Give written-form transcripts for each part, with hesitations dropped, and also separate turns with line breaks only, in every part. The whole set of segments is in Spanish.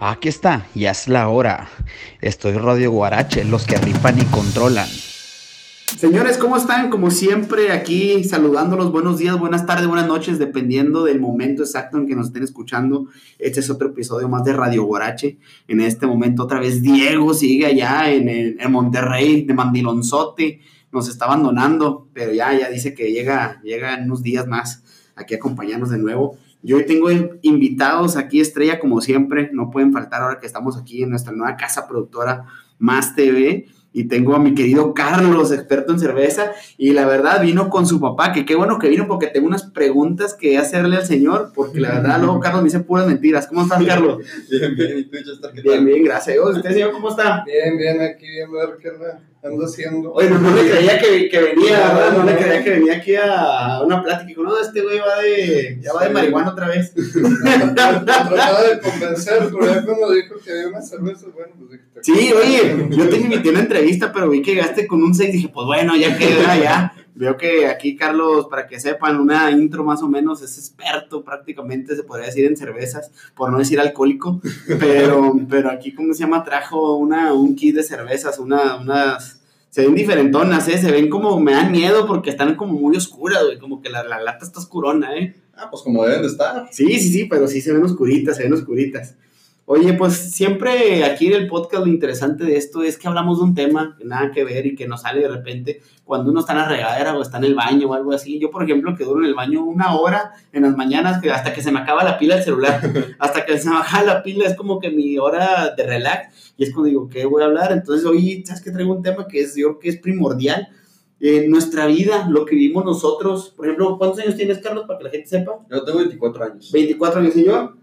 Aquí está, ya es la hora. Estoy Radio Guarache, los que rifan y controlan.
Señores, ¿cómo están? Como siempre, aquí saludándolos. Buenos días, buenas tardes, buenas noches, dependiendo del momento exacto en que nos estén escuchando. Este es otro episodio más de Radio Guarache. En este momento, otra vez, Diego sigue allá en Monterrey, de Mandilonzote. Nos está abandonando, pero ya dice que llega en unos días más aquí a acompañarnos de nuevo. Yo hoy tengo invitados aquí, estrella, como siempre. No pueden faltar ahora que estamos aquí en nuestra nueva casa productora, Más TV. Y tengo a mi querido Carlos, experto en cerveza, y la verdad vino con su papá, que qué bueno que vino porque tengo unas preguntas que hacerle al señor, porque la verdad luego Carlos me dice puras mentiras. ¿Cómo estás, Carlos?
Bien, ¿y tú, Chester, qué
Bien,
tal?
bien, gracias. ¿Usted, señor, cómo está?
Bien, aquí viendo a ver qué ando haciendo.
Oye, no le creía que venía, ¿verdad? No le creía que venía aquí a una plática y dijo, no, este güey ya va de marihuana otra vez.
Trataba de convencer, pero ya cuando dijo que había una cerveza, bueno, pues dije...
Sí, oye, yo te invité a una entrevista, pero vi que llegaste con un 6, dije, pues bueno, ya queda, ya. Veo que aquí Carlos, para que sepan, una intro más o menos, es experto prácticamente, se podría decir, en cervezas, por no decir alcohólico, pero aquí, ¿cómo se llama? Trajo un kit de cervezas, unas... Se ven diferentonas, se ven como, me dan miedo porque están como muy oscuras, güey, como que la lata está oscurona,
Pues como deben de estar.
Sí, pero sí se ven oscuritas. Oye, pues siempre aquí en el podcast lo interesante de esto es que hablamos de un tema que nada que ver y que nos sale de repente cuando uno está en la regadera o está en el baño o algo así. Yo, por ejemplo, que duro en el baño 1 hora en las mañanas que hasta que se me acaba la pila del celular, hasta que se me baja la pila es como que mi hora de relax y es cuando digo, ¿qué voy a hablar? Entonces hoy, ¿sabes qué? Traigo un tema que yo creo que es primordial en nuestra vida, lo que vivimos nosotros. Por ejemplo, ¿cuántos años tienes, Carlos, para que la gente sepa?
Yo tengo 24 años.
24 años, señor.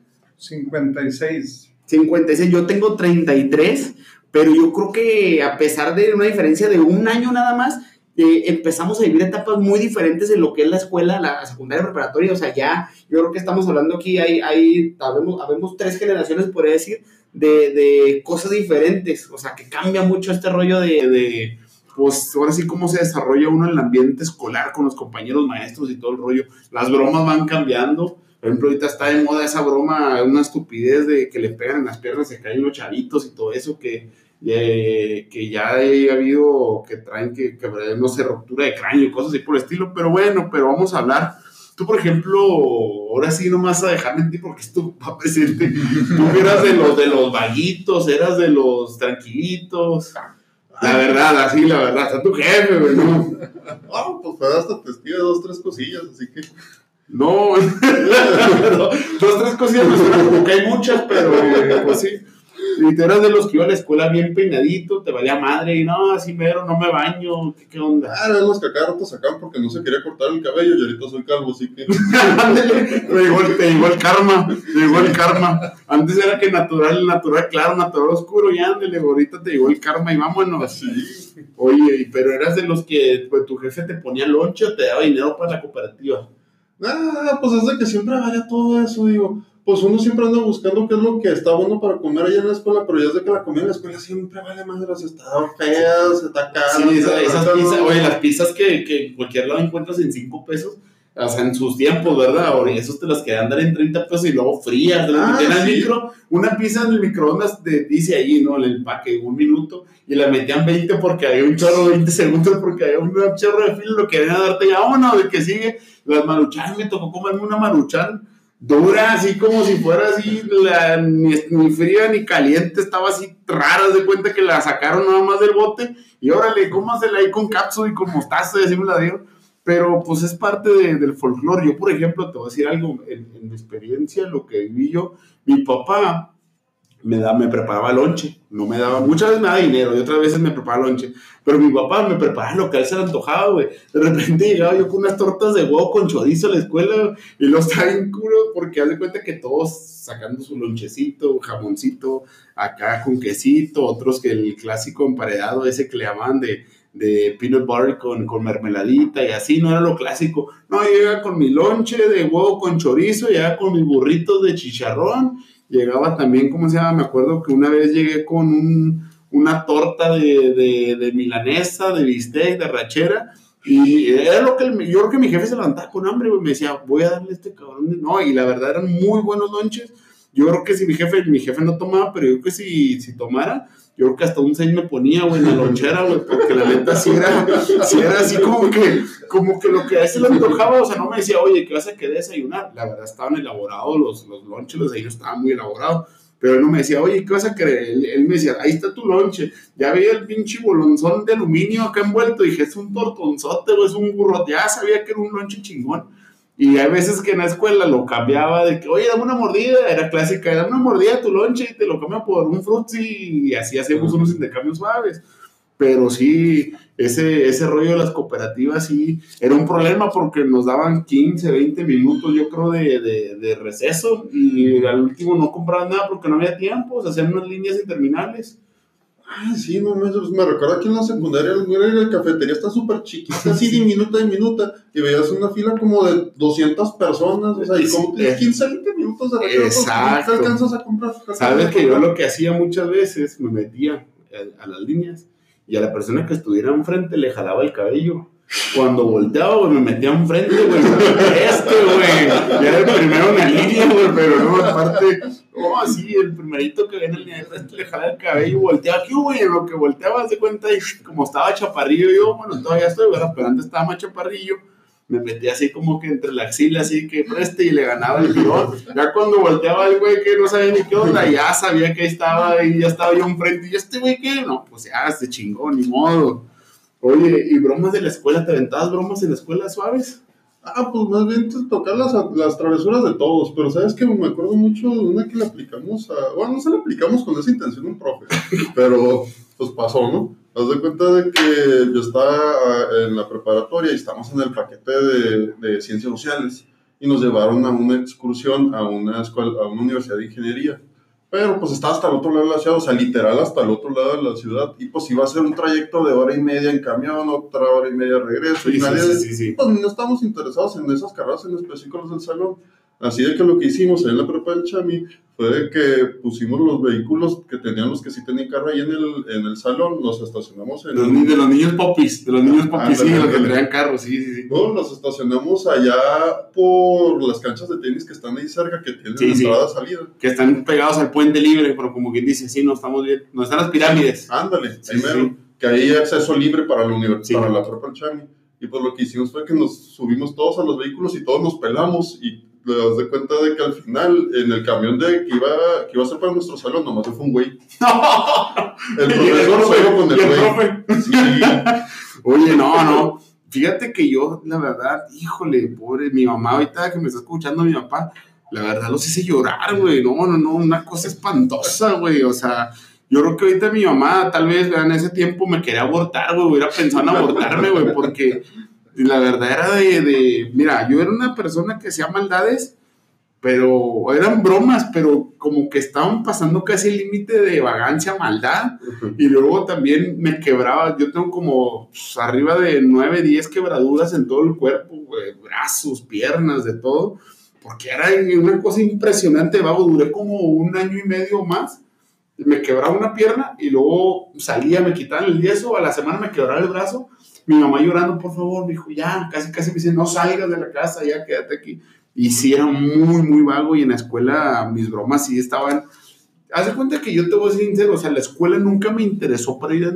56.
56, yo tengo 33, pero yo creo que a pesar de una diferencia de un año nada más, empezamos a vivir etapas muy diferentes en lo que es la escuela, la secundaria preparatoria. O sea, ya, yo creo que estamos hablando aquí, habemos 3 generaciones, podría decir, de cosas diferentes. O sea, que cambia mucho este rollo pues ahora sí cómo se desarrolla uno en el ambiente escolar con los compañeros maestros y todo el rollo. Las bromas van cambiando. Por ejemplo, ahorita está de moda esa broma, una estupidez de que le pegan en las piernas, se caen los chavitos y todo eso, que ya ha habido, que traen que no sé, ruptura de cráneo y cosas así por el estilo. Pero bueno, vamos a hablar. Tú, por ejemplo, ahora sí no me vas a dejar mentir porque es tu papá presente. Tú eras de los vaguitos, eras de los tranquilitos. La verdad, está tu jefe, güey, ¿no?
Pues fue hasta testigo de 2, 3 cosillas, así que...
No, 2, 3 cosillas me suena como que hay muchas, pero pues sí. Y tú eras de los que iba a la escuela bien peinadito, te valía madre, y no, así mero, no me baño, ¿qué onda?
Eran los que acá rato sacaban porque no se quería cortar el cabello y ahorita soy calvo, así que...
Te llegó el karma. Antes era que natural claro, natural oscuro, ya ándale, ahorita te llegó el karma y vámonos.
Sí.
Oye, pero eras de los que pues, tu jefe te ponía lonche o te daba dinero para la cooperativa.
Pues es de que siempre vaya todo eso, digo. Pues uno siempre anda buscando qué es lo que está bueno para comer allá en la escuela, pero ya es de que la comida en la escuela siempre vale madres, está fea, se está cara.
Sí, esas pizzas, oye, las pizzas que en cualquier lado encuentras en 5 pesos, o sea, en sus tiempos, ¿verdad? Ahora, esos te las quedan dar en 30 pesos y luego frías, te las metían al micro, una pizza en el microondas dice ahí, ¿no? En el empaque, 1 minuto, y la metían 20 porque había un chorro, 20 segundos porque había un chorro de filo, lo querían darte ya, de que sigue, las Maruchan, me tocó comerme una Maruchan dura, así como si fuera así, ni fría ni caliente, estaba así rara, de cuenta que la sacaron nada más del bote, y órale, cómasela ahí con cápsula y con mostaza, y así me la dieron. Pero pues es parte del folclore. Yo, por ejemplo, te voy a decir algo, en mi experiencia, lo que viví yo, mi papá me preparaba lonche, no me daba, muchas veces me daba dinero y otras veces me preparaba lonche, pero mi papá me preparaba lo que a él se le antojaba, güey. De repente llegaba yo con unas tortas de huevo con chorizo a la escuela y lo estaba bien curo porque haz de cuenta que todos sacando su lonchecito, jamoncito, acá con quesito, otros que el clásico emparedado ese que le llamaban de peanut butter con mermeladita y así, no era lo clásico. No, yo llegaba con mi lonche de huevo con chorizo, llegaba con mis burritos de chicharrón, llegaba también, ¿cómo se llama? Me acuerdo que una vez llegué con una torta de milanesa, de bistec, de rachera, y era lo que yo creo que mi jefe se levantaba con hambre, güey, me decía, voy a darle a este cabrón. No, y la verdad eran muy buenos lonches. Yo creo que si mi jefe no tomaba, pero yo creo que si tomara, yo creo que hasta un 6 me ponía, güey, en la lonchera, güey, porque la neta sí era así como que lo que a ese le antojaba, o sea, no me decía, oye, ¿qué vas a querer desayunar? La verdad, estaban elaborados los lonches, los desayunos estaban muy elaborados, pero él no me decía, oye, ¿qué vas a querer? Él me decía, ahí está tu lonche, ya veía el pinche bolonzón de aluminio acá envuelto, y dije, es un tortonzote, güey, es un burro, ya sabía que era un lonche chingón. Y hay veces que en la escuela lo cambiaba de que, oye, dame una mordida, era clásica, dame una mordida a tu lonche y te lo cambio por un frutzi, y así hacemos unos intercambios suaves. Pero sí, ese rollo de las cooperativas sí era un problema porque nos daban 15, 20 minutos, yo creo, de receso, y al último no compraban nada porque no había tiempo, se hacían unas líneas interminables.
Ay, sí, no me recuerdo que en la secundaria la cafetería está súper chiquita, así diminuta, y veías una fila como de 200 personas, o sea, y como tienes 15, 20 minutos de recreo,
exacto.
¿qué alcanzas a comprar?
Sabes que yo lo que hacía muchas veces, me metía a las líneas, y a la persona que estuviera enfrente le jalaba el cabello. Cuando volteaba, güey, me metía enfrente, güey, güey, ya era el primero en la línea, güey, pero no, aparte, sí, el primerito que viene en la línea de frente le jalaba el cabello y volteaba aquí, güey, en lo que volteaba, de cuenta, y como estaba chaparrillo, yo, bueno, todavía estoy, ¿verdad? Pero antes estaba más chaparrillo, me metía así como que entre la axila, así que preste, y le ganaba el tirón. Ya cuando volteaba el güey que no sabía ni qué onda, ya sabía que ahí estaba, y ya estaba yo enfrente, y este güey, ¿qué? No, pues ya, se chingó, ni modo. Oye, ¿y bromas de la escuela? ¿Te aventabas bromas en la escuela suaves?
Pues más bien tocar las travesuras de todos, pero sabes que me acuerdo mucho de una que le aplicamos bueno, no se la aplicamos con esa intención a un profe, pero pues pasó, ¿no? Haz de cuenta de que yo estaba en la preparatoria y estamos en el paquete de ciencias sociales y nos llevaron a una excursión a una escuela, a una universidad de ingeniería. Pero pues estaba hasta el otro lado de la ciudad, o sea, literal hasta el otro lado de la ciudad. Y pues iba a ser un trayecto de 1:30 en camión, otra 1:30 de regreso.
Sí,
y nadie,
sí.
pues no estábamos interesados en esas carreras, en específico los del salón. Así de que lo que hicimos en la prepa del Chami fue de que pusimos los vehículos que tenían los que sí tenían carro ahí en el salón, los estacionamos en...
De los niños popis, sí, los que traían carros, sí.
No, los estacionamos allá por las canchas de tenis que están ahí cerca, que tienen entrada y salida.
Que están pegados al puente libre, pero como quien dice, sí, no estamos bien. No están las pirámides.
Ándale, primero, que ahí hay acceso libre para la universidad, para la prepa del Chami. Y pues lo que hicimos fue que nos subimos todos a los vehículos y todos nos pelamos, y te das de cuenta de que al final, en el camión que iba a ser para nuestro salón, nomás fue un güey. El profesor se iba con el güey. Sí.
Oye, no. Fíjate que yo, la verdad, híjole, pobre, mi mamá ahorita que me está escuchando, mi papá, la verdad los hice llorar, güey. No, una cosa espantosa, güey. O sea, yo creo que ahorita mi mamá, tal vez, en ese tiempo me quería abortar, güey. Hubiera pensado en abortarme, güey, porque la verdad era mira, yo era una persona que hacía maldades, pero eran bromas, pero como que estaban pasando casi el límite de vagancia, maldad, y luego también me quebraba. Yo tengo como arriba de 9, 10 quebraduras en todo el cuerpo, güey, brazos, piernas, de todo, porque era una cosa impresionante, vago. Duré como 1 año y medio más, me quebraba una pierna y luego salía, me quitaban el yeso, a la semana me quebraba el brazo. Mi mamá llorando, por favor, me dijo, ya, casi me dice, no salgas de la casa, ya quédate aquí. Y sí, era muy, muy vago, y en la escuela mis bromas sí estaban... Haz de cuenta que yo te voy a ser sincero, o sea, la escuela nunca me interesó para ir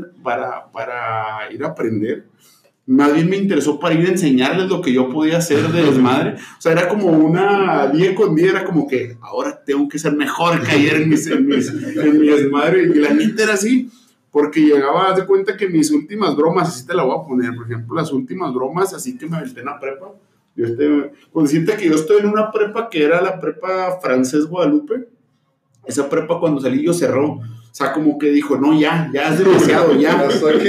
a aprender. Más bien me interesó para ir a enseñarles lo que yo podía hacer de desmadre. O sea, era como una día con día, era como que ahora tengo que ser mejor que ayer en mi desmadre. Y la neta era así. Porque llegaba, haz de cuenta que mis últimas bromas, así te la voy a poner, por ejemplo, las últimas bromas, así que me aventé en la prepa. Con decirte que yo estoy en una prepa que era la prepa Francés Guadalupe. Esa prepa cuando salí yo cerró. O sea, como que dijo, no, ya es demasiado, ya. Hasta aquí,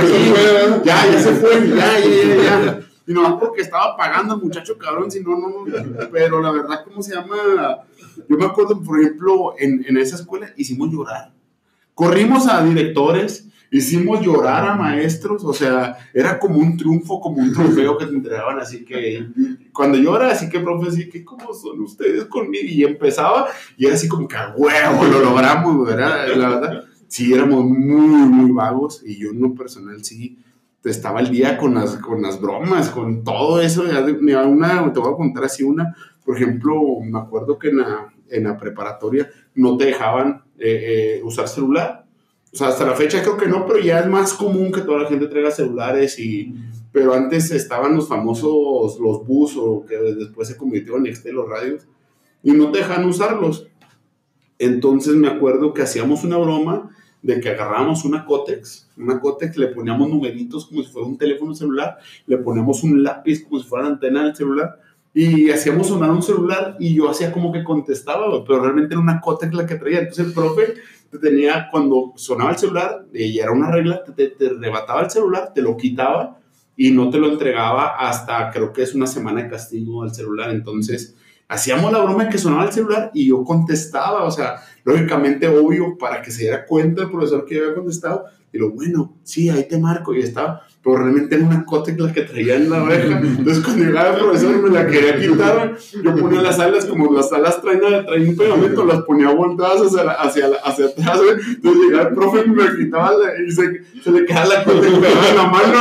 ya se fue, ya. Y no, porque estaba pagando el muchacho cabrón, si no. Pero la verdad, ¿cómo se llama? Yo me acuerdo, por ejemplo, en esa escuela hicimos llorar. Corrimos a directores, hicimos llorar a maestros, o sea, era como un triunfo, como un trofeo que te entregaban, así que cuando yo era así que, profe, así que, ¿cómo son ustedes conmigo? Y empezaba, y era así como que, a huevo, lo logramos, ¿verdad? La verdad, sí, éramos muy, muy vagos, y yo en lo personal sí estaba al día con las bromas, con todo eso. Te voy a contar así una, por ejemplo, me acuerdo que en la preparatoria no te dejaban usar celular. O sea, hasta la fecha creo que no, pero ya es más común que toda la gente traiga celulares pero antes estaban los famosos, los bus, o que después se convirtieron en los radios, y no te dejaban usarlos. Entonces me acuerdo que hacíamos una broma de que agarrábamos una Cotex, le poníamos numeritos como si fuera un teléfono celular, le poníamos un lápiz como si fuera la antena del celular, y hacíamos sonar un celular, y yo hacía como que contestaba, pero realmente era una Cotex la que traía. Entonces el profe te tenía, cuando sonaba el celular, y era una regla, te arrebataba el celular, te lo quitaba, y no te lo entregaba hasta, creo que es una semana de castigo al celular. Entonces hacíamos la broma de que sonaba el celular y yo contestaba, o sea, lógicamente obvio, para que se diera cuenta el profesor que yo había contestado, y lo bueno, sí, ahí te marco, y estaba, pero realmente era una Cotex la que traía en la oreja. Entonces cuando llegaba el profesor y me la quería quitar, yo ponía las alas, como las alas traen un pegamento, las ponía volteadas hacia atrás, ¿eh? Entonces llegaba el profe y me quitaba y se le quedaba la Cotex pegada en la mano,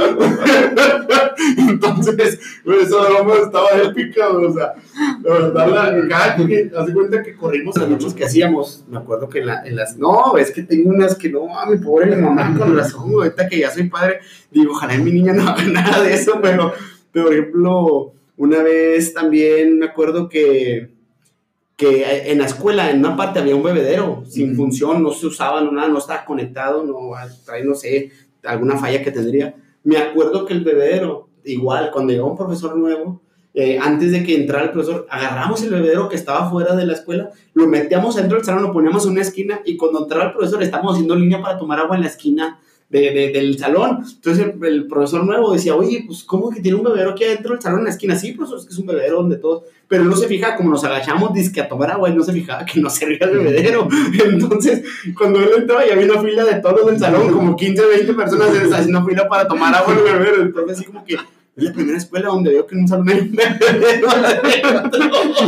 güey. Entonces, güey, esa broma estaba épica, güey, o sea, la verdad, hace cuenta que corrimos a muchos que hacíamos. Me acuerdo que en las, no, es que tengo unas que no, mi pobre mamá, con razón, güey, ahorita que ya soy padre, digo, ojalá mi niña no haga nada de eso, pero por ejemplo, una vez también me acuerdo que en la escuela, en una parte había un bebedero sin función, no se usaba, no estaba conectado, no sé, alguna falla que tendría. Me acuerdo que el bebedero, igual, cuando llegaba un profesor nuevo, antes de que entrara el profesor, agarramos el bebedero que estaba fuera de la escuela, lo metíamos dentro del salón, lo poníamos en una esquina, y cuando entraba el profesor estábamos haciendo línea para tomar agua en la esquina del salón. Entonces el profesor nuevo decía, oye, pues ¿cómo que tiene un bebedero aquí adentro del salón en la esquina? Sí, pues es que es un bebedero donde todos, pero no se fijaba, como nos agachamos dizque a tomar agua, y no se fijaba que no servía el bebedero. Entonces cuando él entraba ya había una fila de todos del salón, como 15 o 20 personas haciendo fila para tomar agua en el bebedero. Entonces así como que es la primera escuela donde veo que en un salón hay un bebedero adentro.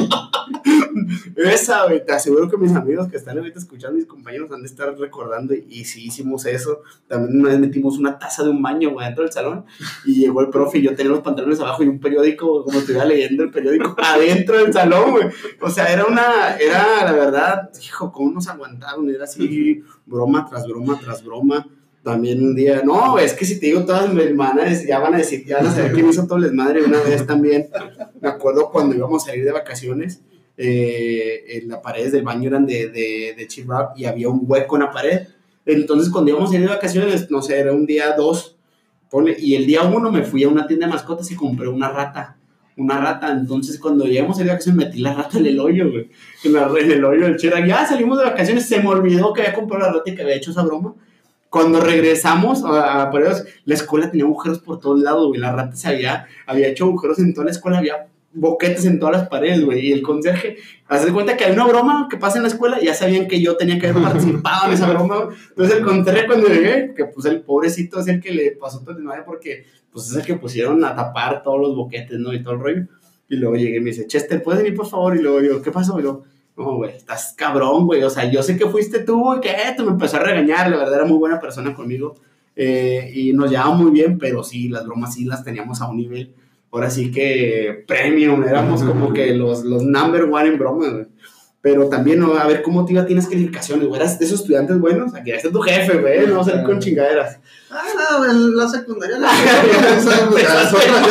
Esa, güey, te aseguro que mis amigos que están ahorita escuchando, mis compañeros, han de estar recordando, y sí hicimos eso. También una vez metimos una taza de un baño, güey, dentro del salón, y llegó el profe y yo tenía los pantalones abajo y un periódico, como estuviera leyendo el periódico adentro del salón, güey. O sea, era la verdad, hijo, cómo nos aguantaron, era así, broma tras broma tras broma. También un día, no, es que si te digo todas mis hermanas, ya van a saber quién hizo todo el desmadre. Una vez también, me acuerdo cuando íbamos a salir de vacaciones, las paredes del baño eran de Chirac y había un hueco en la pared. Entonces cuando íbamos a salir de vacaciones, no sé, era un día 2, y el día 1 me fui a una tienda de mascotas y compré una rata. Entonces cuando llegamos a salir de vacaciones metí la rata en el hoyo, güey, en el hoyo del Chirac. Ya salimos de vacaciones, se me olvidó que había comprado la rata y que había hecho esa broma. Cuando regresamos a la escuela tenía agujeros por todos lados, güey. La rata había hecho agujeros en toda la escuela, había boquetes en todas las paredes, güey. Y el conserje, hace cuenta que hay una broma que pasa en la escuela, ya sabían que yo tenía que haber participado en esa broma, güey. Entonces el conserje, cuando llegué, que pues el pobrecito es el que le pasó todo el desmadre, porque pues es el que pusieron a tapar todos los boquetes, ¿no? Y todo el rollo. Y luego llegué y me dice, Chester, ¿puedes venir por favor? Y luego yo, ¿qué pasó? Y luego, no, güey, estás cabrón, güey, o sea, yo sé que fuiste tú, güey, que tú me empezó a regañar, la verdad era muy buena persona conmigo, y nos llevaba muy bien, pero sí, las bromas sí las teníamos a un nivel, ahora sí que premium, éramos como que los number one en bromas, güey. Pero también, ¿no? A ver, ¿cómo te iba? ¿Tienes calificaciones, güey? ¿Eras de esos estudiantes buenos? Aquí ya está tu jefe, güey, no vas a salir con chingaderas.
No, en la secundaria ya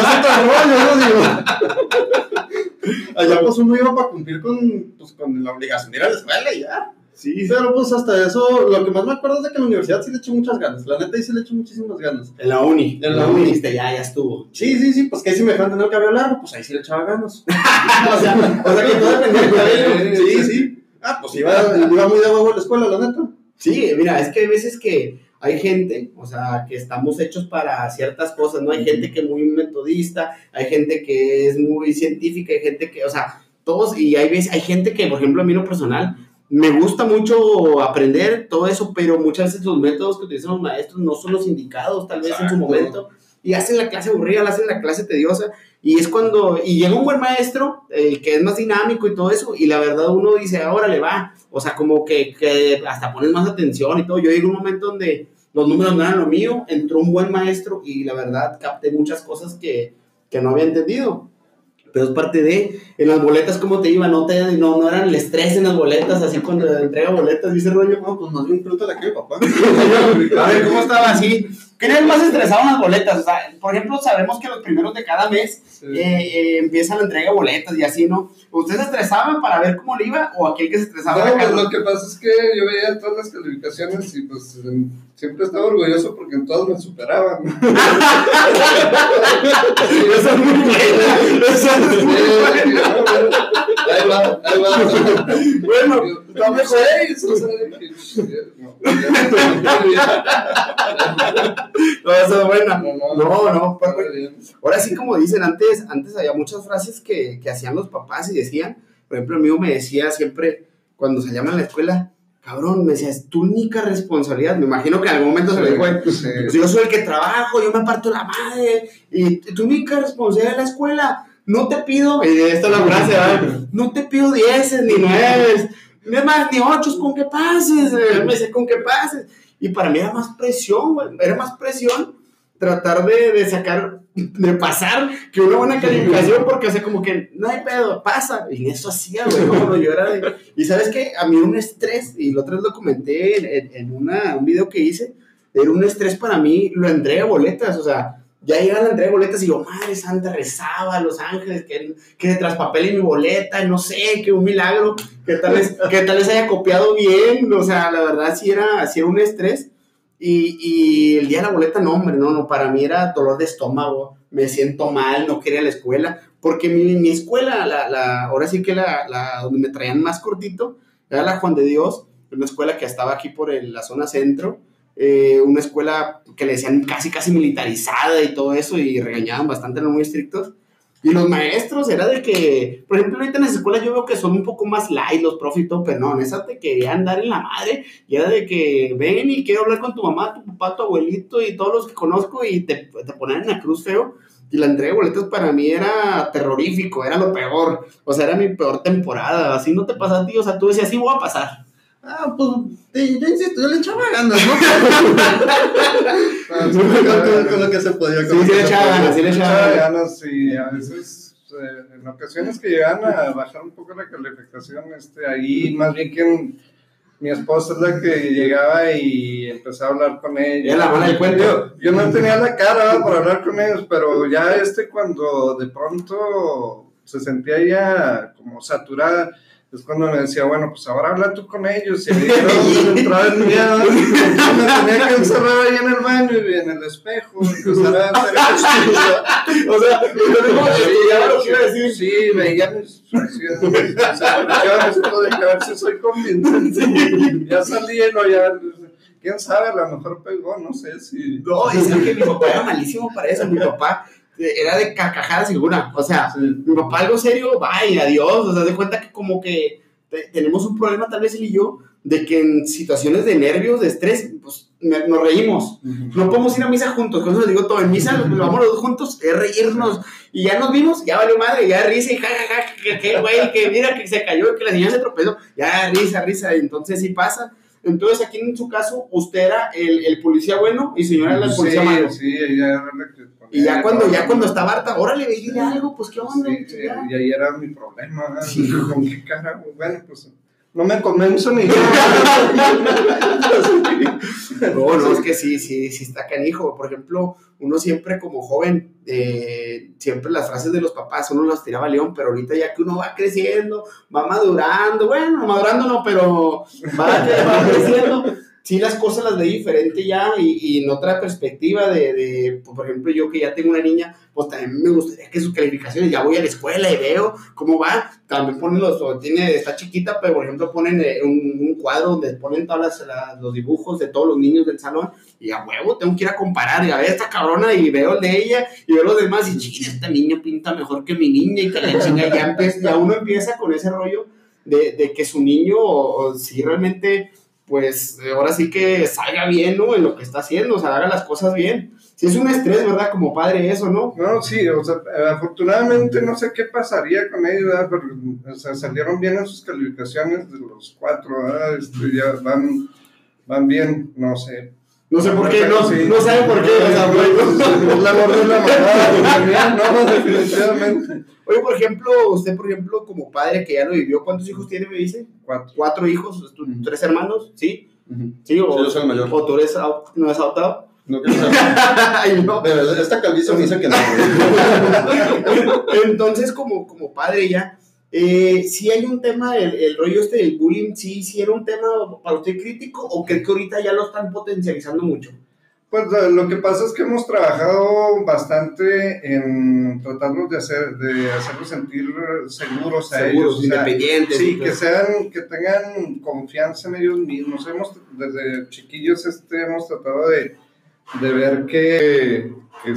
allá pues uno iba para cumplir con la obligación de ir a la escuela y ya. Sí. Pero pues hasta eso, lo que más me acuerdo es de que en la universidad sí le eché muchas ganas. La neta, sí le eché muchísimas ganas.
En la uni.
Dijiste,
ya estuvo.
Sí, pues que si me dejaban tener el cabello largo, pues ahí sí le echaba ganas. o sea que todo dependía del cabello. Sí. Pues iba muy de huevo a la escuela, la neta.
Sí, mira, es que hay veces que hay gente, o sea, que estamos hechos para ciertas cosas, ¿no? Hay gente que es muy metodista, hay gente que es muy científica, hay gente que, o sea, todos, y hay gente que, por ejemplo, a mí en lo personal, me gusta mucho aprender todo eso, pero muchas veces los métodos que utilizan los maestros no son los indicados, tal vez en su momento, y hacen la clase aburrida, hacen la clase tediosa, y es cuando, y llega un buen maestro, que es más dinámico y todo eso, y la verdad uno dice, órale, va, o sea, como que hasta pones más atención y todo. Yo llegué a un momento donde los números no eran lo mío, entró un buen maestro, y la verdad capté muchas cosas que no había entendido.
pero es parte de, en las boletas, ¿cómo te iba? No eran el estrés en las boletas, así cuando entrega boletas, dice rollo.
No, pues más bien pregúntale aquí a mi papá.
A ver, ¿cómo estaba así? ¿Quién es el más estresado en las boletas? O sea, por ejemplo, sabemos que los primeros de cada mes empieza la entrega de boletas y así, ¿no? ¿Usted se estresaba para ver cómo le iba o aquel que se estresaba?
No, pues lo que pasa es que yo veía todas las calificaciones y pues siempre estaba orgulloso porque en todas me superaban.
Eso es muy bueno. Eso es muy bueno.
Ahí va.
Bueno,
No me juegues.
No, eso es buena. No.
Bien.
Ahora sí, como dicen, antes había muchas frases que hacían los papás y decían, por ejemplo, el mío me decía siempre, cuando salíamos a la escuela, cabrón, me decía, es tu única responsabilidad. Me imagino que en algún momento se le dijo, pues yo soy el que trabajo, yo me parto la madre, y tu única responsabilidad de la escuela, no te pido, esta es la frase, ¿verdad? No te pido 10 ni 9, ni más, ni 8, con que pases, me dice, con que pases. Y para mí era más presión, güey, era más presión tratar de sacar, de pasar, que una buena calificación, porque, o sea, como que no hay pedo, pasa, y eso hacía, güey, cuando yo era de... Y ¿sabes qué? A mí un estrés, y la otra vez lo comenté en un video que hice, era un estrés para mí, lo entregué a boletas, o sea, ya llegaba la entrega de boletas y yo, madre santa, rezaba a los ángeles que se traspapelen mi boleta, no sé, que un milagro, que tal vez haya copiado bien, o sea, la verdad sí era un estrés. Y el día de la boleta, no, hombre, no, para mí era dolor de estómago, me siento mal, no quería ir a la escuela, porque mi escuela, ahora sí que donde me traían más cortito, era la Juan de Dios, una escuela que estaba aquí por la zona centro, una escuela que le decían casi militarizada y todo eso, y regañaban bastante, eran muy estrictos. Y los maestros era de que, por ejemplo, ahorita en las escuelas yo veo que son un poco más light los profes y todo, pero no, en esa te querían dar en la madre, y era de que ven y quiero hablar con tu mamá, tu papá, tu abuelito y todos los que conozco, y te ponían en la cruz feo. Y la entrega de boletos para mí era terrorífico, era lo peor, o sea, era mi peor temporada. Así no te pasa a ti, o sea, tú decías, sí voy a pasar.
Pues, yo insisto, yo le echaba ganas, ¿no? Con lo que se podía.
Sí, le echaba
ganas, y a veces, en ocasiones que llegan a bajar un poco la calificación, ahí más bien que mi esposa es la que llegaba y empezaba a hablar con ella.
¿Era la mala del cuento?
Yo no tenía la cara para hablar con ellos, pero ya cuando de pronto se sentía ya como saturada, es cuando me decía, bueno, pues ahora habla tú con ellos. Y ahí entraba el miedo, me tenía que encerrar ahí en el baño y en el espejo, empezar a hacer ejercicio.
O sea, ya lo que iba a decir.
Sí, veía mis facciones, o sea, me esto de que a ver si soy convincente. Ya salí, no, ya, quién sabe, a lo mejor pegó, no sé si...
No, es que mi papá era malísimo para eso, mi papá era de carcajada segura, o sea, sí. Mi papá algo serio, vaya, adiós, o sea, de cuenta que como que tenemos un problema tal vez él y yo, de que en situaciones de nervios, de estrés, pues nos reímos, no podemos ir a misa juntos, con eso les digo todo, en misa lo vamos los dos juntos, es reírnos, y ya nos vimos, ya valió madre, ya risa, y jajaja, que güey, que mira que se cayó, que la señora se tropezó, ya risa, entonces sí pasa. Entonces, aquí en su caso, usted era el policía bueno y señora era el policía malo.
Sí, ella era la que...
Y ya cuando estaba harta, órale, dile algo, pues qué onda.
Sí, y ahí era mi problema. Sí. ¿Con qué cara? Bueno, pues no me convenzo ni yo.
No, es que sí está canijo. Por ejemplo, uno siempre como joven, siempre las frases de los papás, uno las tiraba a león, pero ahorita ya que uno va creciendo, va madurando, bueno, madurando no, pero va creciendo. Sí, las cosas las ve diferente ya y en otra perspectiva por ejemplo, yo que ya tengo una niña, pues también me gustaría que sus calificaciones, ya voy a la escuela y veo cómo va, también ponen está chiquita, pero por ejemplo ponen un cuadro donde ponen todos los dibujos de todos los niños del salón y a huevo tengo que ir a comparar y a ver esta cabrona y veo el de ella y veo los demás y chiquita, esta niña pinta mejor que mi niña y que la chinga ya uno empieza con ese rollo de que su niño, o si realmente... pues ahora sí que salga bien, ¿no? En lo que está haciendo, o sea, haga las cosas bien. Sí es un estrés, ¿verdad? Como padre eso, ¿no?
No, sí, o sea, afortunadamente no sé qué pasaría con ellos, ¿verdad? Pero, o sea, salieron bien en sus calificaciones de los 4, ¿verdad? Ya van bien, no sé.
No sé por qué, no sabe por qué.
Es la gorda de la mamá, no, definitivamente.
Oye, usted, como padre que ya lo vivió, ¿cuántos hijos tiene, me dice? 4 hijos, 3 hermanos, ¿sí? Sí, o
yo soy el mayor.
O tú eres, no eres adoptado.
No quiero saber.
Ay, no.
Esta calvicie me dice que no.
Entonces, como padre ya, sí hay un tema, el rollo del bullying, sí era un tema para usted crítico, o cree que ahorita ya lo están potencializando mucho.
Pues lo que pasa es que hemos trabajado bastante en tratarlos de hacerlos sentir seguros a ellos,
independientes.
Sí, que tengan confianza en ellos mismos. Desde chiquillos hemos tratado de ver que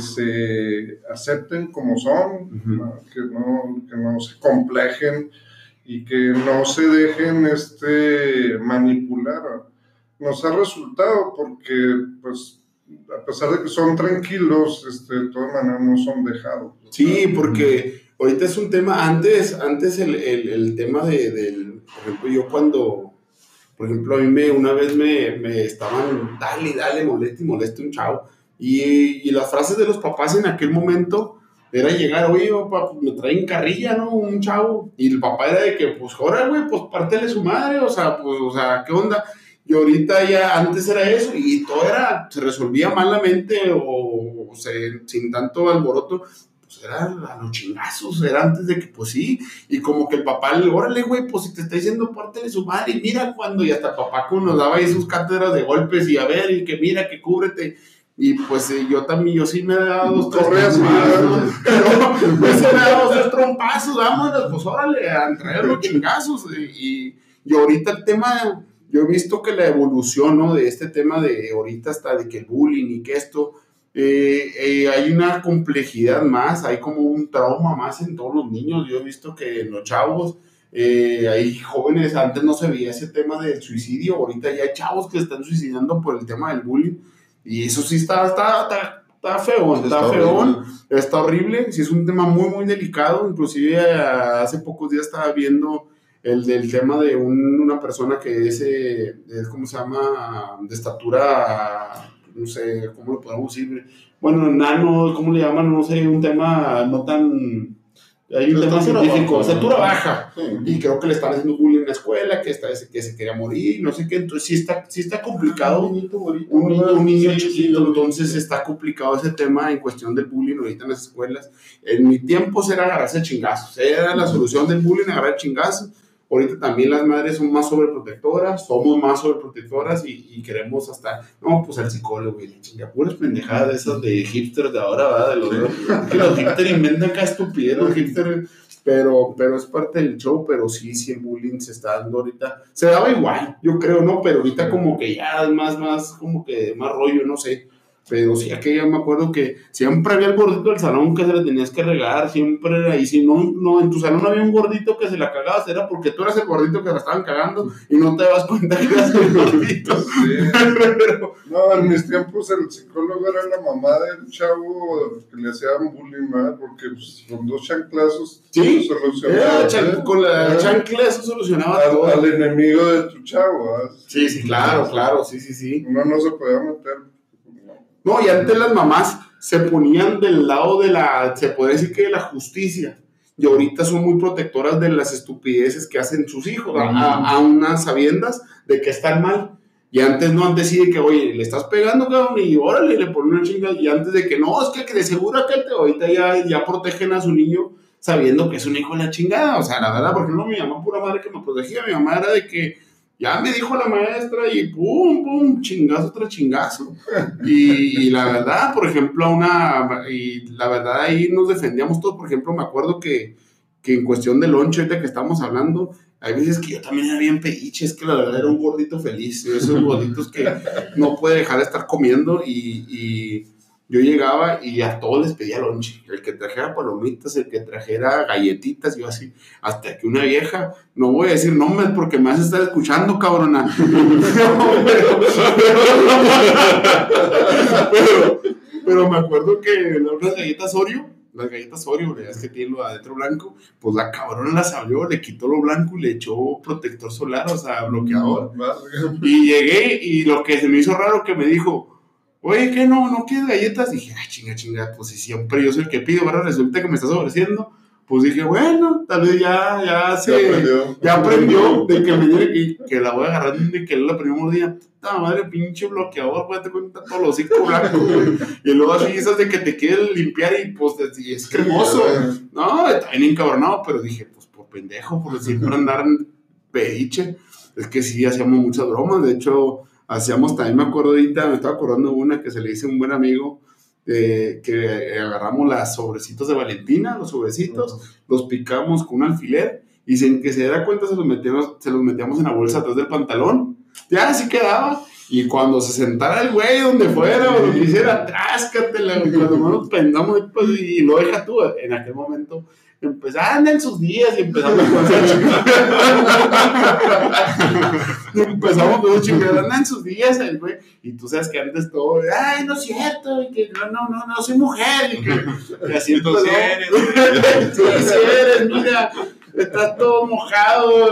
se acepten como son, que no se complejen y que no se dejen manipular. Nos ha resultado porque, pues, a pesar de que son tranquilos, de todas maneras no son dejados.
Sí, porque ahorita es un tema, antes el tema del, por ejemplo, yo cuando, por ejemplo, a mí una vez me estaban dale, moleste un chavo, y las frases de los papás en aquel momento era llegar, oye, papá, me traen carrilla, ¿no? Un chavo, y el papá era de que, pues, ahora, güey, pues, pártele su madre, o sea, ¿qué onda? Y ahorita ya, antes era eso, y todo se resolvía malamente, o sin tanto alboroto, pues era a los chingazos, era antes de que, pues sí, y como que el papá, órale, güey, pues si te está diciendo pártele su madre, y mira cuando, y hasta el papá nos daba ahí sus cátedras de golpes, y a ver, y que mira, que cúbrete, y pues yo sí me he dado 2 trompazos, pero pues me he dado 2 trompazos, vámonos, pues órale, a traer los chingazos, y ahorita el tema... Yo he visto que la evolución, ¿no? De este tema de ahorita hasta de que el bullying y que esto, hay una complejidad más, hay como un trauma más en todos los niños. Yo he visto que en los chavos, hay jóvenes, antes no se veía ese tema del suicidio, ahorita ya hay chavos que están suicidando por el tema del bullying, y eso sí está feo, está horrible, sí es un tema muy, muy delicado. Inclusive hace pocos días estaba viendo el del tema de una persona que es ¿cómo se llama? De estatura, no sé, ¿cómo lo podemos decir? Bueno, enano, ¿cómo le llaman? No sé, un tema no tan... Hay un tema científico, estatura baja, y creo que le están haciendo bullying en la escuela, que se quería morir, no sé qué, entonces sí está complicado, un niño chiquito, entonces está complicado ese tema en cuestión del bullying ahorita en las escuelas. En mi tiempo era agarrarse chingazos, era la solución del bullying, agarrar chingazos. Ahorita también las madres son más sobreprotectoras, somos más sobreprotectoras y queremos hasta, no, pues el psicólogo y la chinga, puras pendejadas de esas de hipsters de ahora, ¿verdad? Que los hipsters inventan cada estupidez, los hipsters, pero es parte del show. Pero sí el bullying se está dando ahorita, se daba igual, yo creo, ¿no? Pero ahorita como que ya es más como que más rollo, no sé. Pero sí, aquella me acuerdo que siempre había el gordito del salón que se le tenías que regar, siempre era, y si no, en tu salón no había un gordito que se la cagabas, era porque tú eras el gordito que la estaban cagando y no te das cuenta que eras el gordito. Sí.
No, en mis tiempos el psicólogo era la mamá del chavo que le hacían bullying, ¿verdad? Porque pues, con 2 chanclazos
sí,
solucionaba.
Con la chancla eso solucionaba todo.
Al enemigo de tu chavo, ¿verdad?
Sí, claro, sí.
Uno no se podía meter.
No, y antes las mamás se ponían del lado se puede decir que de la justicia, y ahorita son muy protectoras de las estupideces que hacen sus hijos, a unas sabiendas de que están mal. Y antes sí de que, oye, le estás pegando, cabrón, y órale, le ponen una chinga, y antes de que, no, es que de seguro ahorita ya protegen a su niño sabiendo que es un hijo de la chingada. O sea, la verdad, porque no, mi mamá pura madre que me protegía, mi mamá era de que, ya me dijo la maestra y pum, chingazo tras chingazo. Y la verdad, por ejemplo, la verdad ahí nos defendíamos todos. Por ejemplo, me acuerdo que en cuestión del lonche, ahorita que estamos hablando, hay veces que yo también era bien pediche, es que la verdad era un gordito feliz, esos gorditos que no puede dejar de estar comiendo, y yo llegaba y a todos les pedía lonche, el que trajera palomitas, el que trajera galletitas, yo así, hasta que una vieja, no voy a decir nombres porque me vas a estar escuchando, cabrona, pero me acuerdo que las galletas Oreo, es que tiene lo adentro blanco, pues la cabrona las abrió, le quitó lo blanco y le echó protector solar, o sea, bloqueador, y llegué, y lo que se me hizo raro que me dijo, oye, ¿qué no quieres galletas? Dije, chinga, pues si siempre yo soy el que pido, ¿verdad? Resulta que me estás ofreciendo. Pues dije, bueno, tal vez ya aprendió de que me dice que la voy a agarrar de que es la primera mordida. Puta madre, pinche bloqueador, güey, te cuenta todos los hocico blanco, güey. Y luego así esas de que te quieren limpiar y pues y es cremoso. No, está bien encabronado, pero dije, pues por pendejo, por siempre andar en pediche. Es que sí, hacíamos muchas bromas. De hecho, hacíamos también, me acuerdo ahorita, me estaba acordando de una que se le hice a un buen amigo. Que agarramos las sobrecitos de Valentina, los sobrecitos, los picamos con un alfiler y sin que se diera cuenta se los metíamos en la bolsa atrás del pantalón. Ya así quedaba. Y cuando se sentara el güey donde fuera o lo que hiciera, tráscatela. Cuando nos pendamos pues, y lo deja tú. En aquel momento anda en sus días y empezamos con los chingados, anda en sus días el güey. Y tú sabes que antes todo, ay, no es cierto, y que no soy mujer. Y así tú eres. Sí eres, mira. Estás todo mojado,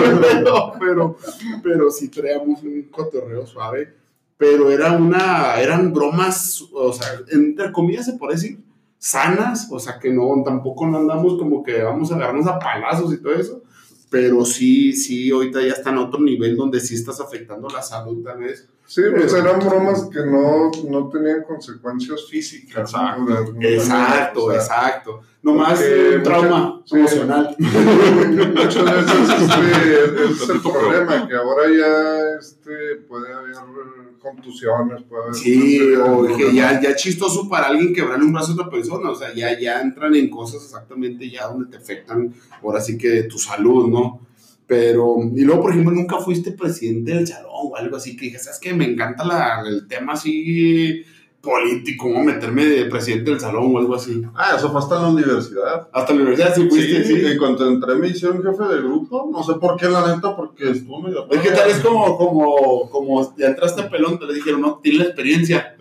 pero sí traíamos un cotorreo suave, pero eran bromas, o sea, entre comillas se puede decir, sanas, o sea, que tampoco no andamos como que vamos a agarrarnos a palazos y todo eso, pero sí, ahorita ya está en otro nivel donde sí estás afectando la salud tal vez.
Sí, pues eran bromas que no tenían consecuencias físicas.
Exacto. Nomás un trauma emocional.
Muchas veces es el problema, que ahora ya puede haber contusiones, puede haber...
Sí, o que ya es chistoso para alguien quebrarle un brazo a otra persona, o sea, ya entran en cosas exactamente ya donde te afectan, ahora sí que tu salud, ¿no? Pero, y luego, por ejemplo, nunca fuiste presidente del salón o algo así, que dije, ¿sabes qué? Me encanta el tema así político, ¿no? Meterme de presidente del salón o algo así.
Eso fue hasta en la universidad.
Hasta en la universidad sí fuiste, sí.
En cuanto entré me hicieron jefe de grupo, no sé por qué, la neta, porque estuvo medio...
Es que tal vez como ya entraste pelón, te le dijeron, no, tiene la experiencia.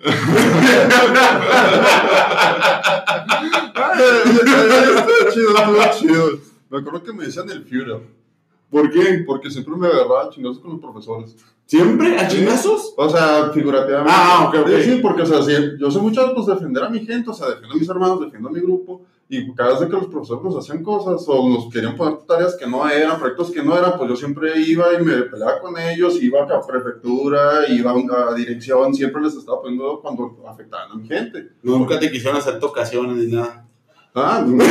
Chido. Me acuerdo que me decían el Führer.
¿Por qué?
Porque siempre me agarraba a chingazos con los profesores.
¿Siempre? ¿A chingazos?
O sea, figurativamente.
Ok.
Sí, porque, o sea, sí, yo sé mucho, pues, defender a mi gente, o sea, defiendo a mis hermanos, defiendo a mi grupo, y cada vez que los profesores nos hacían cosas, o nos querían poner tareas que no eran, proyectos que no eran, pues yo siempre iba y me peleaba con ellos, iba a prefectura, iba a dirección, siempre les estaba poniendo cuando afectaban a mi gente.
Nunca te quisieron hacer tocaciones ni nada.
No, lo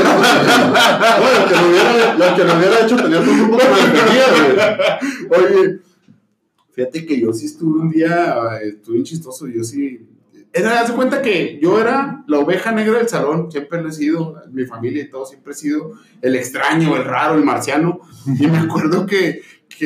que no hubiera hecho tenía todo un grupo que me defendía, güey.
Oye, fíjate que yo sí estuve un día, estuve bien chistoso, yo sí... Haz de cuenta que yo era la oveja negra del salón, siempre lo he sido, mi familia y todo, siempre he sido el extraño, el raro, el marciano. Y me acuerdo que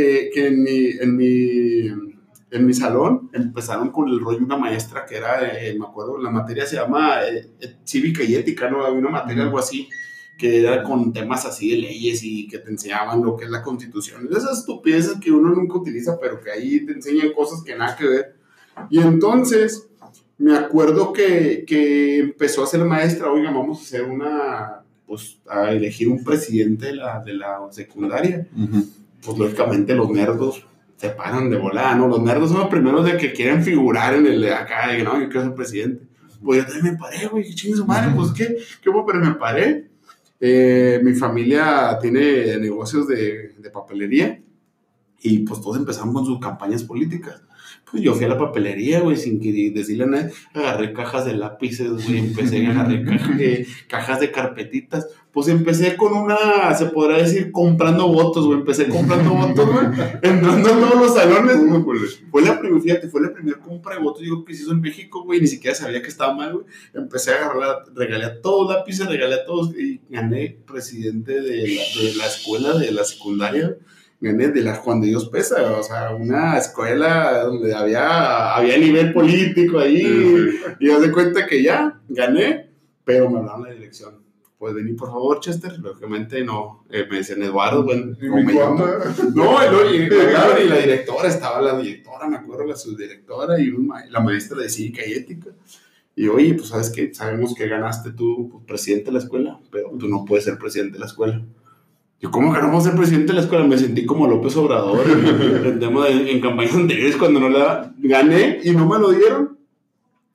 en mi salón empezaron con el rollo una maestra que era, me acuerdo, la materia se llama cívica y ética, ¿no? Había una materia, algo así, que era con temas así de leyes y que te enseñaban lo que es la constitución. Esas estupideces que uno nunca utiliza, pero que ahí te enseñan cosas que nada que ver. Y entonces, me acuerdo que empezó a ser maestra, oiga, vamos a hacer a elegir un presidente de la secundaria. Uh-huh. Pues lógicamente los nerdos se paran de volada, ¿no? Los nerdos son los primeros de que quieren figurar en el de acá, de que no, yo quiero ser presidente. Pues yo también me paré, güey, qué chingue su madre, pues qué, pero me paré. Mi familia tiene negocios de papelería y pues todos empezaron con sus campañas políticas. Pues yo fui a la papelería, güey, sin decirle a nadie, agarré cajas de lápices, güey, empecé a agarrar cajas de carpetitas, pues empecé con se podrá decir, comprando votos, güey, entrando a todos los salones, fue la primera compra de votos, digo, que se hizo en México, güey, ni siquiera sabía que estaba mal, güey, empecé a agarrar, regalé a todos lápices, regalé a todos, y gané presidente de la escuela, de la secundaria, gané de la Juan de Dios Pesa, o sea, una escuela donde había nivel político ahí, y haz de cuenta que ya gané, pero me hablaron la dirección. Pues vení por favor, Chester, lógicamente no, me decían Eduardo, bueno, no me llamo. Y la directora, me acuerdo, la subdirectora y la maestra de cívica y ética. Y oye, pues sabes que sabemos que ganaste tú, pues, presidente de la escuela, pero tú no puedes ser presidente de la escuela. Yo, ¿cómo que no puedo ser presidente de la escuela? Me sentí como López Obrador en campañas anteriores cuando no la gané y no me lo dieron.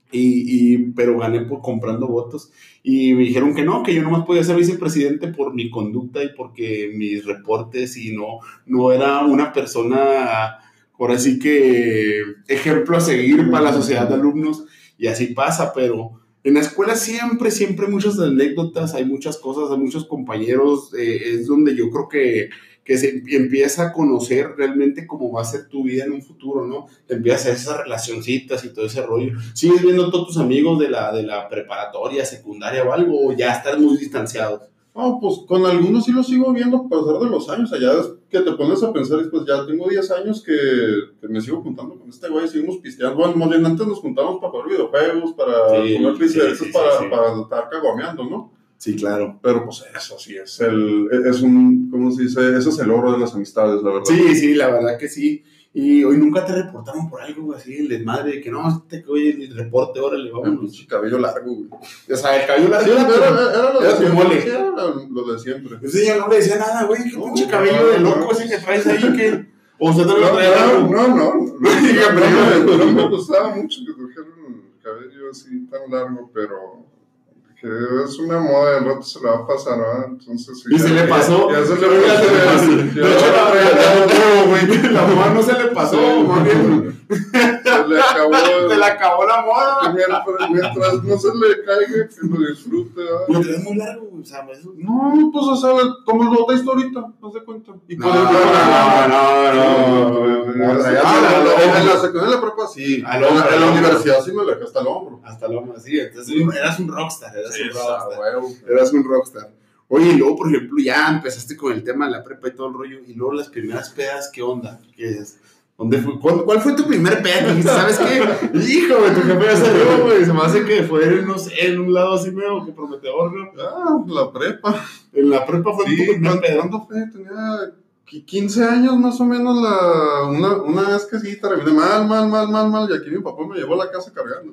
pero gané comprando votos. Y me dijeron que no, que yo nomás podía ser vicepresidente por mi conducta y porque mis reportes y no era una persona, ahora sí que ejemplo a seguir para la sociedad de alumnos. Y así pasa, pero en la escuela siempre hay muchas anécdotas, hay muchas cosas, hay muchos compañeros, es donde yo creo que se empieza a conocer realmente cómo va a ser tu vida en un futuro, ¿no? Te empiezas a hacer esas relacioncitas y todo ese rollo. ¿Sigues viendo todos tus amigos de la preparatoria, secundaria o algo, o ya estás muy distanciados?
No, pues con algunos sí los sigo viendo a pesar de los años. Allá es que te pones a pensar, pues ya tengo 10 años que me sigo juntando con este güey, seguimos pisteando. Bueno, más bien antes nos juntábamos para jugar videojuegos, para comer pizzas, para estar caguameando, ¿no?
Sí, claro.
Pero pues eso sí es un, ¿cómo se dice? Eso es el oro de las amistades, la verdad.
Sí, la verdad que sí. Y hoy nunca te reportaron por algo así, el desmadre de que no, oye, el reporte, órale, vámonos.
El cabello largo, güey.
O sea, el cabello largo
Sí, era lo de
tu
siempre.
mole.
Sí, era lo de siempre.
Pues ella no le decía nada, güey, qué pinche cabello de loco ese que traes ahí, que... O usted también lo traía largo.
No me gustaba mucho que trajeran el cabello así tan largo, pero que es una moda, el rato se la va a pasar, ¿verdad? Entonces,
¿Y se le pasó?
Ya se le pasó.
De hecho, la moda no se le pasó, más bien. Se le acabó la moda.
Mientras no se le caiga, que lo disfrute, ¿verdad?
Lo traes muy largo, güey, o sea, eso...
No, pues o sea, como lo traes ahorita, haz de cuenta. Y
No.
En la secundaria de la prepa sí. En la universidad sí me lo dejé hasta el hombro.
Hasta el hombro, sí. Entonces eras un rockstar, eras un rockstar. Oye, y luego, por ejemplo, ya empezaste con el tema de la prepa y todo el rollo, y luego las primeras pedas, ¿qué onda? ¿Qué es? ¿Dónde fue? ¿Cuál fue tu primer peda? Dijiste, ¿sabes qué? Hijo, güey, tu jefe ya salió, güey. Se me hace que fue, no sé, en un lado así medio que prometedor, ¿no?
La prepa.
En la prepa fue tu primer peda.
¿Cuándo fue? Tenía 15 años más o menos. Una vez que sí, terminé mal. Y aquí mi papá me llevó a la casa cargando.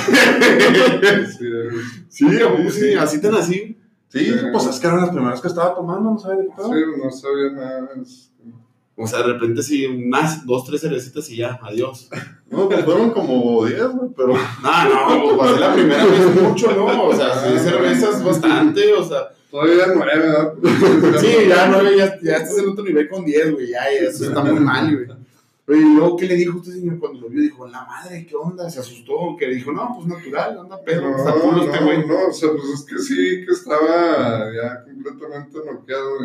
Sí, así te nací.
Sí, pues es que eran las primeras que estaba tomando, no sabía de qué estaba.
Sí, no sabía nada.
O sea, de repente sí, unas 2, 3 cervecitas y ya, adiós.
No, pues fueron como 10, güey, pero...
No, pues la primera vez mucho, ¿no? O sea, 6 cervezas bastante, o sea...
Todavía 9, ¿verdad?
Sí, ya 9, ya estás en otro nivel con 10, güey, ya eso está muy mal, güey. Oye, y luego, ¿qué le dijo usted, señor, cuando lo vio? Dijo, la madre, ¿qué onda? Se asustó, que dijo, no, pues natural, anda Pedro,
No, o sea, pues es que sí, que estaba ya completamente noqueado.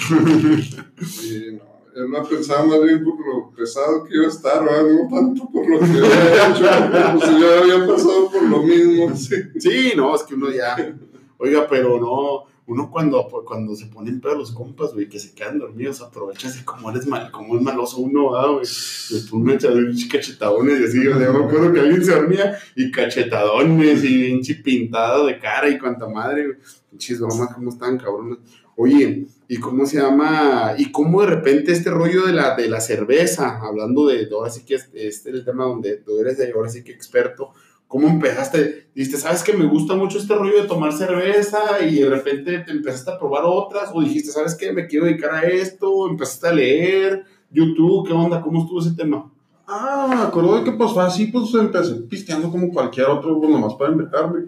Y no, él no pensaba más bien por lo pesado que iba a estar, ¿verdad? No tanto por lo que había hecho, pues yo había pasado por lo mismo.
Sí, no, es que uno ya, oiga, pero no... Uno cuando se ponen pedo los compas, güey, que se quedan dormidos, aprovecha así como es maloso uno, güey. Les pone cachetadones y así, yo me acuerdo que alguien se dormía y cachetadones y pinche pintado de cara y cuanta madre, güey. Pinches bromas, cómo están, cabrones. Oye, ¿y cómo se llama? ¿Y cómo de repente este rollo de la cerveza, hablando de ahora sí que es el tema donde tú eres de ahora sí que experto? ¿Cómo empezaste? Dijiste, ¿sabes que me gusta mucho este rollo de tomar cerveza? Y de repente te empezaste a probar otras. O dijiste, ¿sabes qué? Me quiero dedicar a esto. Empezaste a leer. YouTube, ¿qué onda? ¿Cómo estuvo ese tema?
Me acuerdo de que pues fue así, pues empecé pisteando como cualquier otro, pues nomás para inventarme.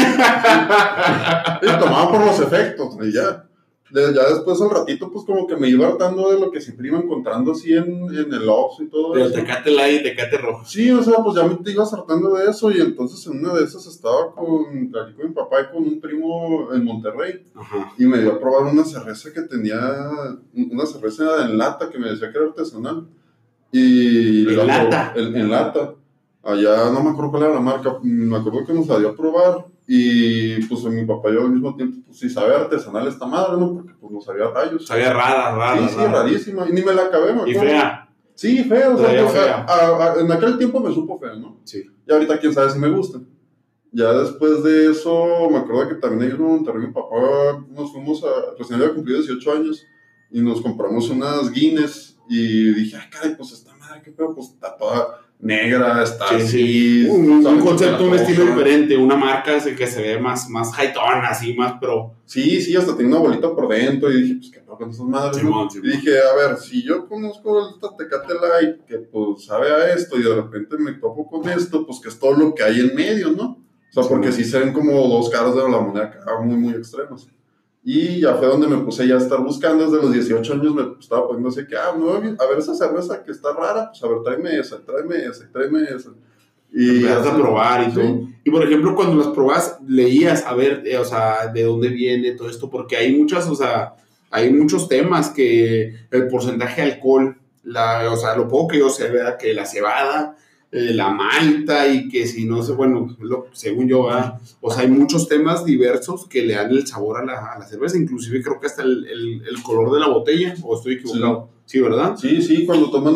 Y tomaba por los efectos, y ya. Ya después al ratito, pues como que me iba hartando de lo que siempre iba encontrando así en el Oxxo y todo
Pero
eso.
Tecate Light y Tecate Rojo.
Sí, o sea, pues ya me ibas hartando de eso y entonces en una de esas estaba aquí con mi papá y con un primo en Monterrey.
Ajá.
Y me dio a probar una cerveza que tenía, una cerveza en lata que me decía que era artesanal. Y
¿En lata?
En lata. Allá no me acuerdo cuál era la marca, me acuerdo que nos la dio a probar y pues mi papá y yo al mismo tiempo, pues sí sabe artesanal esta madre, ¿no? Porque pues no sabía rayos.
Sabía rara.
Sí, rarísima. Y ni me la acabé, me acuerdo.
Y fea.
Sí, fea, o sea,
fea.
En aquel tiempo me supo fea, ¿no?
Sí.
Y ahorita quién sabe si me gusta. Ya después de eso, me acuerdo que también ahí en Monterrey mi papá nos fuimos recién había cumplido 18 años y nos compramos unas Guinness Y dije, ay, caray, pues esta madre, qué pedo, pues está toda negra, está
Sí,
así.
sí. Un
¿sabes?
concepto, un estilo
Cosa.
diferente, una marca que se ve más high-tone, así, más pro.
Sí, hasta tenía una bolita por dentro y dije, pues qué pedo con esas madres, ¿no?
Simón.
Y dije, a ver, si yo conozco esta Tecate Light, que pues sabe a esto y de repente me topo con esto, pues que es todo lo que hay en medio, ¿no? O sea, porque sí se ven como dos caras de la moneda muy, muy extremas. Y ya fue donde me puse ya a estar buscando, desde los 18 años me estaba poniendo así que, no, a ver esa cerveza que está rara, pues a ver, tráeme esa. Y
empezaste a probar y
sí.
todo. Y por ejemplo, cuando las probas, leías a ver, o sea, de dónde viene todo esto, porque hay muchas, o sea, hay muchos temas que el porcentaje de alcohol, o sea, lo poco que yo sé, ¿verdad? Que la cebada, la malta y que si no sé, bueno, según yo, ¿verdad? O sea, hay muchos temas diversos que le dan el sabor a la cerveza, inclusive creo que hasta el color de la botella, o estoy equivocado, sí, ¿verdad?
Sí, cuando toman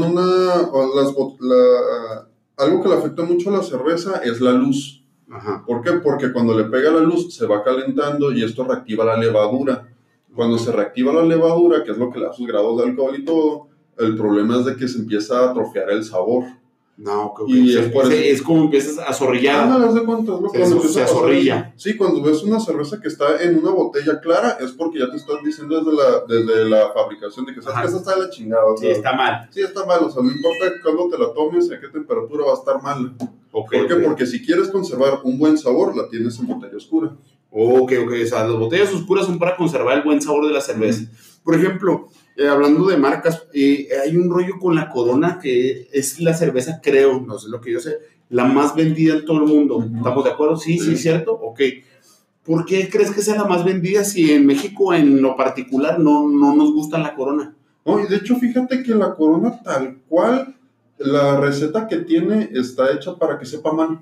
algo que le afecta mucho a la cerveza es la luz.
Ajá.
¿Por qué? Porque cuando le pega la luz se va calentando y esto reactiva la levadura. Cuando se reactiva la levadura, que es lo que le da sus grados de alcohol y todo, el problema es de que se empieza a atrofiar el sabor.
No, ok.
Y
es como empiezas a zorrillar.
No, das de cuenta, es lo que
Se azorrilla.
Sí, cuando ves una cerveza que está en una botella clara, es porque ya te están diciendo desde la fabricación de que sabes que esa está de la chingada.
Sí, está mal.
Sí, está mal, o sea, no importa cuándo te la tomes, a qué temperatura va a estar mal.
Okay,
¿Por qué? Porque si quieres conservar un buen sabor, la tienes en botella oscura.
Ok, o sea, las botellas oscuras son para conservar el buen sabor de la cerveza. Por ejemplo, hablando de marcas, hay un rollo con la Corona que es la cerveza, creo, no sé lo que yo sé, la más vendida en todo el mundo. ¿Estamos de acuerdo? Sí, ¿cierto? Ok. ¿Por qué crees que sea la más vendida si en México en lo particular no nos gusta la Corona?
No, y de hecho, fíjate que la Corona tal cual, la receta que tiene está hecha para que sepa mal.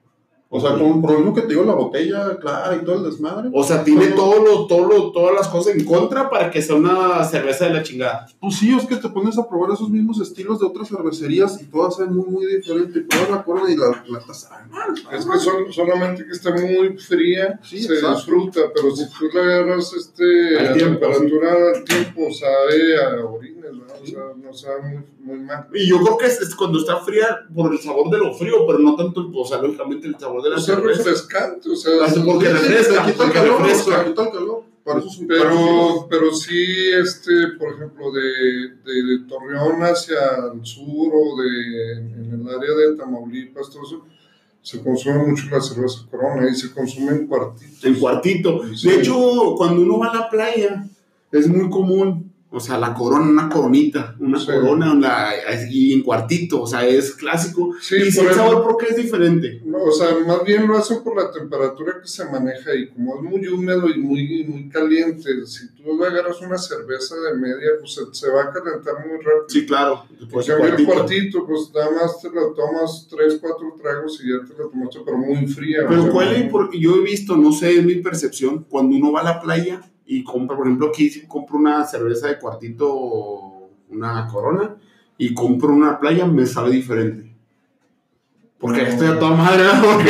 O sea, con por lo mismo que te digo, la botella clara y todo el desmadre.
O sea, tiene todas las cosas en contra para que sea una cerveza de la chingada.
Pues sí, es que te pones a probar esos mismos estilos de otras cervecerías y todas saben muy, muy diferente. Pruebas la Corona y la saben mal.
Es que solamente que está muy fría,
sí,
se
exacto.
disfruta, pero si tú la agarras a temperatura al tiempo, sabe a orines, ¿no? O sea, no sabe muy, muy mal.
Y yo creo que es cuando está fría por el sabor de lo frío, pero no tanto, o sea, lógicamente el sabor de la cerveza.
Es refrescante, o sea,
porque refresca,
quita el calor. Para eso
pero sí, por ejemplo, de Torreón hacia el sur o en el área de Tamaulipas, todo eso, se consume mucho la cerveza Corona y se consume en cuartitos.
En cuartito.
Sí.
De hecho, cuando uno va a la playa, es muy común, o sea, la Corona, una coronita, una Corona, y en cuartito, o sea, es clásico.
Sí,
y sin sabor, ¿por qué es diferente?
No, o sea, más bien lo hacen por la temperatura que se maneja y como es muy húmedo y muy, muy caliente, si tú agarras una cerveza de media, pues se va a calentar muy rápido.
Sí, claro.
Pues el cuartito, pues nada más te la tomas 3, 4 tragos y ya te la tomaste, pero muy fría.
Pero
o sea,
¿cuál es? Porque yo he visto, no sé, es mi percepción, cuando uno va a la playa y compra, por ejemplo, aquí si compro una cerveza de cuartito, una Corona, y compro una playa, me sabe diferente. Porque estoy a toda madre,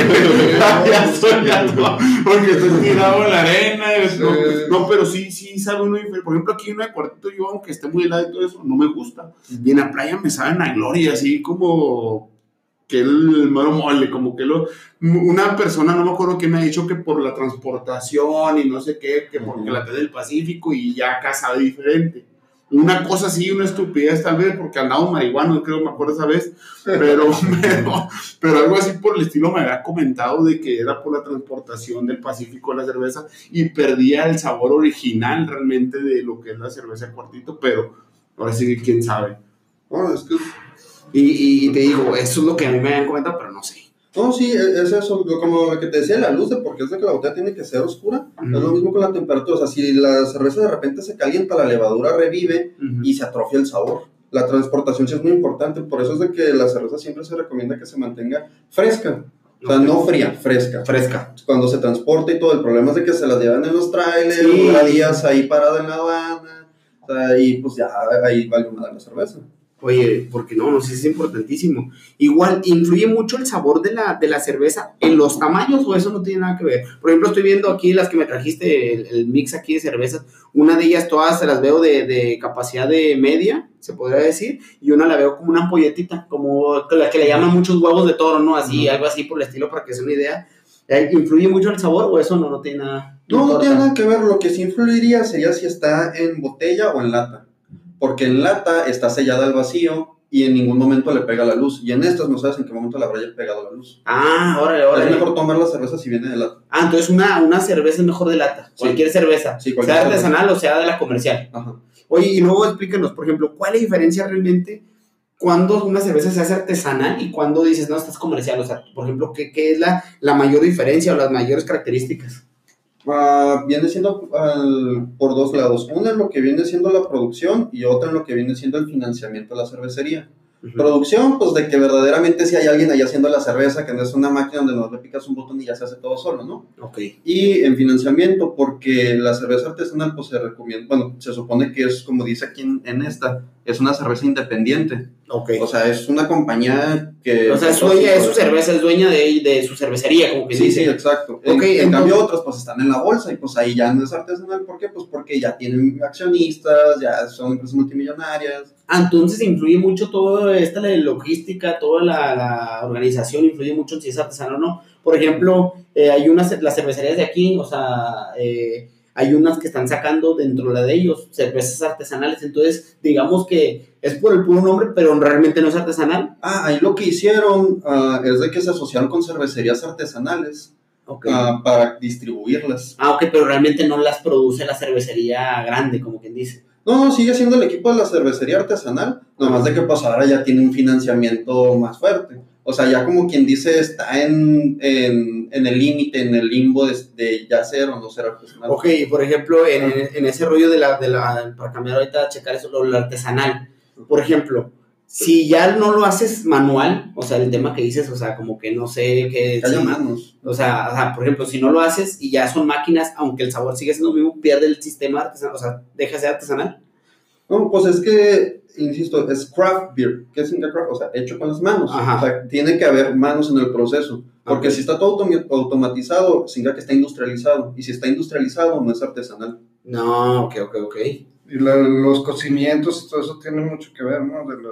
porque estoy tirado en la arena. No, pero sí sabe uno diferente. Por ejemplo, aquí una de cuartito, yo aunque esté muy helada y todo eso, no me gusta. Y en la playa me saben a gloria, así como que el mero mole, como que una persona, no me acuerdo que me ha dicho que por la transportación y no sé qué, que porque la trae del Pacífico y ya acá sabe diferente. Una cosa así, una estupidez tal vez, porque andamos marihuanos, creo, me acuerdo esa vez, pero algo así por el estilo me había comentado de que era por la transportación del Pacífico de la cerveza y perdía el sabor original realmente de lo que es la cerveza de cuartito, pero ahora sí que quién sabe.
No, es que...
Y te digo, eso es lo que a mí me habían comentado, pero no sé.
No, sí, es eso, como lo que te decía, la luz, porque es de que la botella tiene que ser oscura, es lo mismo con la temperatura, o sea, si la cerveza de repente se calienta, la levadura revive y se atrofia el sabor. La transportación sí es muy importante, por eso es de que la cerveza siempre se recomienda que se mantenga fresca, o sea, no fría, fresca. Cuando se transporta y todo, el problema es de que se las llevan en los trailers, dura días ahí parada en la aduana, o sea, y pues ya ahí vale una de la cerveza.
Oye, porque no sé, es importantísimo. Igual, ¿influye mucho el sabor de la cerveza en los tamaños o eso no tiene nada que ver? Por ejemplo, estoy viendo aquí las que me trajiste, el mix aquí de cervezas. Una de ellas todas se las veo de capacidad de media, se podría decir, y una la veo como una ampolletita, como la que le llaman muchos huevos de toro, ¿no? Así, algo así por el estilo, para que sea una idea. ¿Influye mucho el sabor o eso no tiene nada?
No tiene nada que ver. Lo que sí influiría sería si está en botella o en lata. Porque en lata está sellada al vacío y en ningún momento le pega la luz. Y en estas no sabes en qué momento le habrá pegado la luz.
Órale.
Es mejor tomar la cerveza si viene de lata.
Entonces una cerveza es mejor de lata. Sí. Cualquier cerveza.
Sí, cualquier
sea
cerveza.
Artesanal o sea de la comercial.
Ajá.
Oye, y luego explícanos, por ejemplo, ¿cuál es la diferencia realmente cuando una cerveza se hace artesanal y cuando dices, no, esta es comercial? O sea, por ejemplo, ¿qué es la mayor diferencia o las mayores características?
Viene siendo por dos lados. Una en lo que viene siendo la producción y otra en lo que viene siendo el financiamiento de la cervecería. Uh-huh. Producción, pues de que verdaderamente si hay alguien ahí haciendo la cerveza, que no es una máquina donde no le picas un botón y ya se hace todo solo, ¿no?
Okay.
Y en financiamiento, porque la cerveza artesanal pues se recomienda, bueno, se supone que es como dice aquí en esta, es una cerveza independiente.
Okay.
O sea, es una compañía que...
O sea, es dueña de su cerveza, es dueña de su cervecería, como que
sí,
dice.
Sí, exacto.
Okay,
en cambio otras pues están en la bolsa y pues ahí ya no es artesanal. ¿Por qué? Pues porque ya tienen accionistas, ya son empresas multimillonarias.
Entonces influye mucho todo esta logística, toda la organización influye mucho en si es artesanal o no. Por ejemplo, hay las cervecerías de aquí, o sea... hay unas que están sacando dentro de ellos cervezas artesanales, entonces digamos que es por el puro nombre, pero realmente no es artesanal.
Ahí lo que hicieron es de que se asociaron con cervecerías artesanales. Okay. Para distribuirlas.
Ok, pero realmente no las produce la cervecería grande, como quien dice.
No, sigue siendo el equipo de la cervecería artesanal, nomás de que pues ahora ya tiene un financiamiento más fuerte. O sea, ya como quien dice, está en el límite, en el limbo de ya ser o no ser artesanal.
Ok, por ejemplo, en ese rollo para cambiar ahorita a checar eso, lo artesanal. Por ejemplo, si ya no lo haces manual, o sea, el tema que dices, o sea, como que no sé qué...
Hay manos.
O sea, por ejemplo, si no lo haces y ya son máquinas, aunque el sabor sigue siendo el mismo, pierde el sistema artesanal, o sea, deja de ser artesanal.
No, pues es que, insisto, es craft beer. ¿Qué significa craft? O sea, hecho con las manos.
Ajá.
O sea, tiene que haber manos en el proceso. Porque si está todo automatizado, significa que está industrializado. Y si está industrializado, no es artesanal.
No, ok.
Y los cocimientos y todo eso tiene mucho que ver, ¿no? De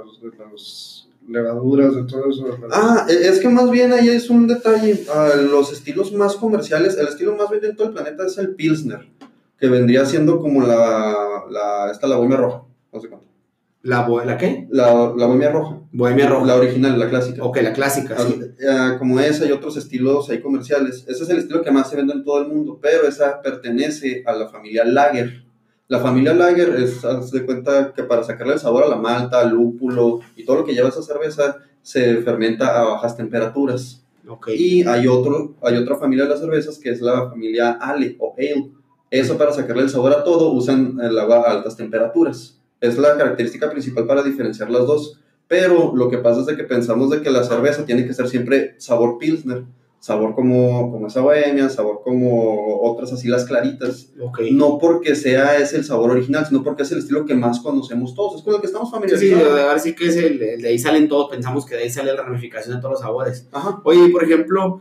los levaduras, de todo eso.
Es que más bien ahí es un detalle. Los estilos más comerciales, el estilo más vendido en todo el planeta es el Pilsner, que vendría siendo como la Bohemia Roja. No sé cuánto.
¿La qué?
La Bohemia Roja.
Bohemia Roja.
La original, la clásica.
Ok, la clásica, sí.
Como esa y otros estilos ahí comerciales. Ese es el estilo que más se vende en todo el mundo, pero esa pertenece a la familia Lager. La familia Lager haz de cuenta que para sacarle el sabor a la malta, al lúpulo y todo lo que lleva esa cerveza, se fermenta a bajas temperaturas.
Okay.
Y hay otra familia de las cervezas que es la familia Ale o Ale. Eso para sacarle el sabor a todo usan el agua a altas temperaturas. Es la característica principal para diferenciar las dos. Pero lo que pasa es de que pensamos de que la cerveza tiene que ser siempre sabor Pilsner. Sabor como esa bohemia, sabor como otras así las claritas.
Okay.
No porque es el sabor original, sino porque es el estilo que más conocemos todos. Es con el que estamos familiarizados.
Sí, de ver sí que es de ahí salen todos, pensamos que de ahí sale la ramificación de todos los sabores.
Ajá.
Oye, por ejemplo,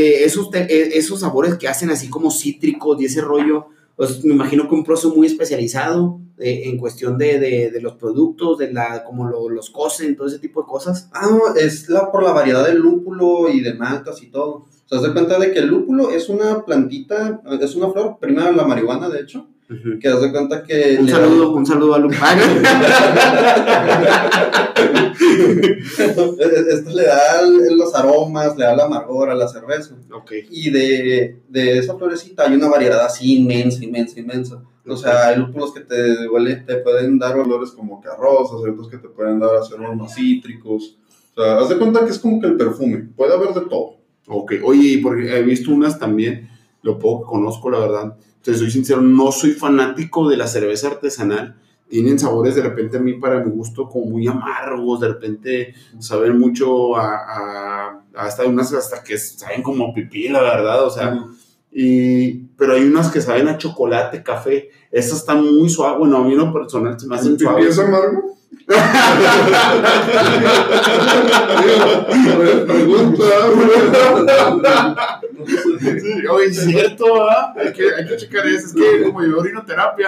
esos sabores que hacen así como cítricos y ese rollo, pues me imagino que un proceso muy especializado en cuestión de los productos, como los cocen, todo ese tipo de cosas.
Es por la variedad del lúpulo y de maltas y todo. O sea, haz de cuenta de que el lúpulo es una plantita, es una flor, prima de la marihuana, de hecho, que haz de cuenta que...
Un saludo a lúpulo.
Esto le da los aromas, le da la amargor a la cerveza.
Okay.
Y de esa florecita hay una variedad así inmensa. O sea, hay lúpulos que te pueden dar olores como que a rosas, hay otros que te pueden dar aromas cítricos. O sea, haz de cuenta que es como que el perfume, puede haber de todo.
Ok, oye, porque he visto unas también, lo poco que conozco, la verdad. Te soy sincero, no soy fanático de la cerveza artesanal. Tienen sabores de repente a mí, para mi gusto, como muy amargos, de repente saben mucho hasta unas hasta que saben como pipí, la verdad, o sea, pero hay unas que saben a chocolate, café, esas están muy suaves, bueno, a mí no personal se me hacen suaves.
¿El pipí es amargo? Pregunta.
Sí, oye, es cierto, ¿verdad? Hay que checar eso. Es que como yo orinoterapia.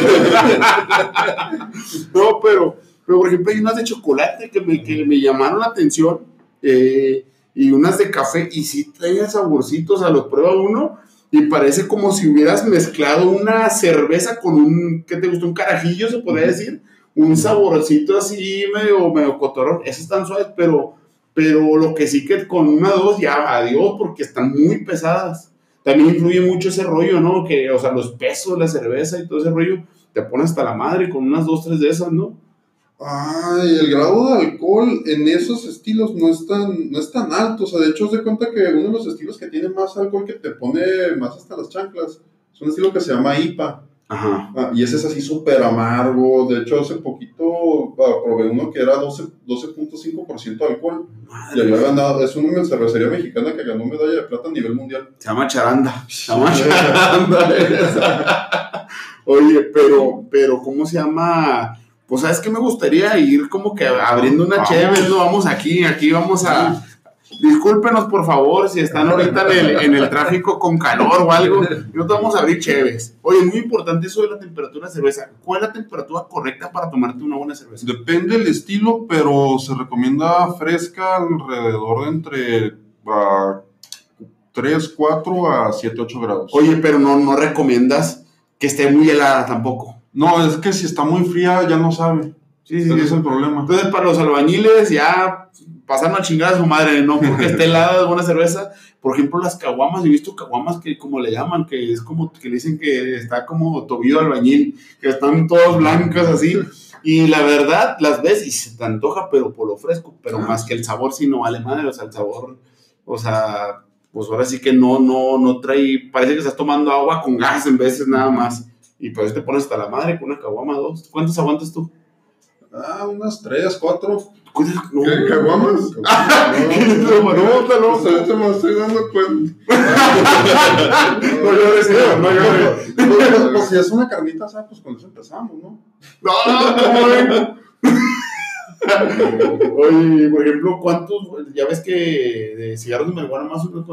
No, pero por ejemplo, hay unas de chocolate que me llamaron la atención. Y unas de café. Y sí traen saborcitos, o sea, los prueba uno. Y parece como si hubieras mezclado una cerveza con ¿qué te gusta? Un carajillo, se podría decir. Un saborcito así medio cotorrón. Esas están suaves, pero lo que sí que con una dos ya, adiós, porque están muy pesadas. También influye mucho ese rollo, ¿no? Que, o sea, los pesos de la cerveza y todo ese rollo, te pones hasta la madre con unas 2, 3 de esas, ¿no?
Ay, el grado de alcohol en esos estilos no es tan alto. O sea, de hecho, haz de cuenta que uno de los estilos que tiene más alcohol, que te pone más hasta las chanclas, es un estilo que se llama IPA.
Ajá.
Y ese es así súper amargo. De hecho, hace poquito probé uno que era 12.5% de alcohol. Y había ganado, es una cervecería mexicana que ganó medalla de plata a nivel mundial.
Se llama Charanda. Oye, pero ¿cómo se llama? Pues, ¿sabes qué? Me gustaría ir como que abriendo una chévere, ¿no? Vamos aquí vamos a... Discúlpenos, por favor, si están ahorita en el tráfico con calor o algo. No te vamos a abrir chéves. Oye, muy importante eso de la temperatura de cerveza. ¿Cuál es la temperatura correcta para tomarte una buena cerveza?
Depende del estilo, pero se recomienda fresca alrededor de entre 3, 4 a 7, 8 grados.
Oye, pero no recomiendas que esté muy helada tampoco.
No, es que si está muy fría ya no sabe.
Sí,
Ese es el problema.
Entonces, para los albañiles ya pasaron a chingar a su madre, no porque esté helada de buena cerveza. Por ejemplo, las caguamas, he visto caguamas que como le llaman, que es como que le dicen que está como tobillo de albañil, que están todas blancas así. Y la verdad, las ves y se te antoja, pero por lo fresco, pero más que el sabor sí no vale madre, o sea, el sabor, o sea, pues ahora sí que no trae, parece que estás tomando agua con gas en veces nada más. Y pues te pones hasta la madre con una caguama 2. ¿Cuántos aguantas tú?
Unas 3, 4.
No.
¿Qué caguamas?
No,
ahorita me estoy dando cuenta.
No llores.
Pues si es una carnita asada, pues con eso empezamos, ¿no?
No. Oye, por ejemplo, ¿cuántos? Ya ves que de cigarros de marihuana más o menos.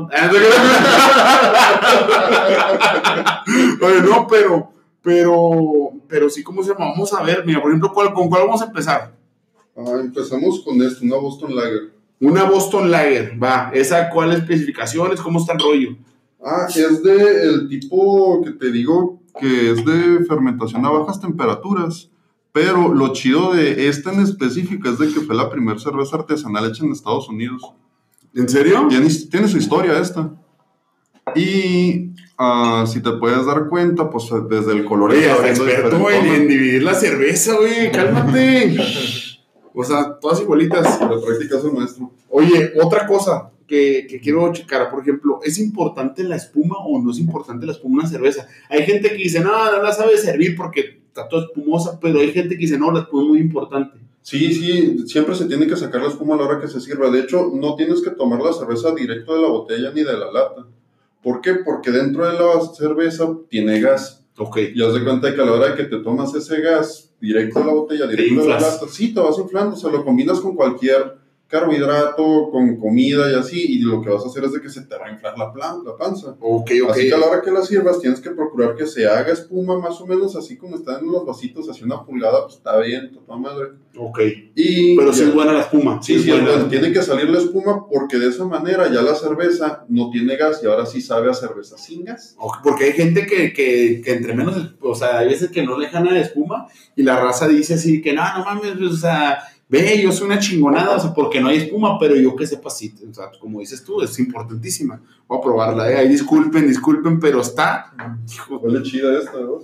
Oye, no, pero sí, ¿cómo se llama? Vamos a ver, mira, por ejemplo, ¿con cuál vamos a empezar?
Empezamos con una Boston Lager.
Una Boston Lager, va. ¿Esa cuáles especificaciones? ¿Cómo está el rollo?
Es el tipo que te digo que es de fermentación a bajas temperaturas. Pero lo chido de esta en específico es de que fue la primera cerveza artesanal hecha en Estados Unidos.
¿En serio?
Tiene su historia esta. Y si te puedes dar cuenta, pues desde el color...
Oye, hasta experto en dividir la cerveza, güey, cálmate. O sea, todas igualitas.
La práctica es el maestro.
Oye, otra cosa que quiero checar, por ejemplo, ¿es importante la espuma o no es importante la espuma en una cerveza? Hay gente que dice, no la sabe servir porque está toda espumosa, pero hay gente que dice, no, la espuma es muy importante.
Sí, siempre se tiene que sacar la espuma a la hora que se sirva. De hecho, no tienes que tomar la cerveza directo de la botella ni de la lata. ¿Por qué? Porque dentro de la cerveza tiene gas.
Ok.
Y haz de cuenta que a la hora que te tomas ese gas directo de la botella, directo de la lata, sí, te vas inflando. O sea, lo combinas con cualquier carbohidrato, con comida y así, y lo que vas a hacer es de que se te va a inflar la panza.
Ok.
Así que a la hora que la sirvas tienes que procurar que se haga espuma más o menos así como están en los vasitos, así una pulgada, pues está bien, toda madre.
Ok.
Pero
sí es buena la espuma.
Sí, es buena. Tiene que salir la espuma porque de esa manera ya la cerveza no tiene gas y ahora sí sabe a cerveza sin gas.
Porque hay gente que entre menos, o sea, hay veces que no le dejan nada de espuma y la raza dice así que no mames, o sea... Ve, yo soy una chingonada, o sea, porque no hay espuma, pero yo que sepa, sí, o sea, como dices tú, es importantísima. Voy a probarla, Ahí disculpen, pero está...
Hijo, huele chida esta, ¿no?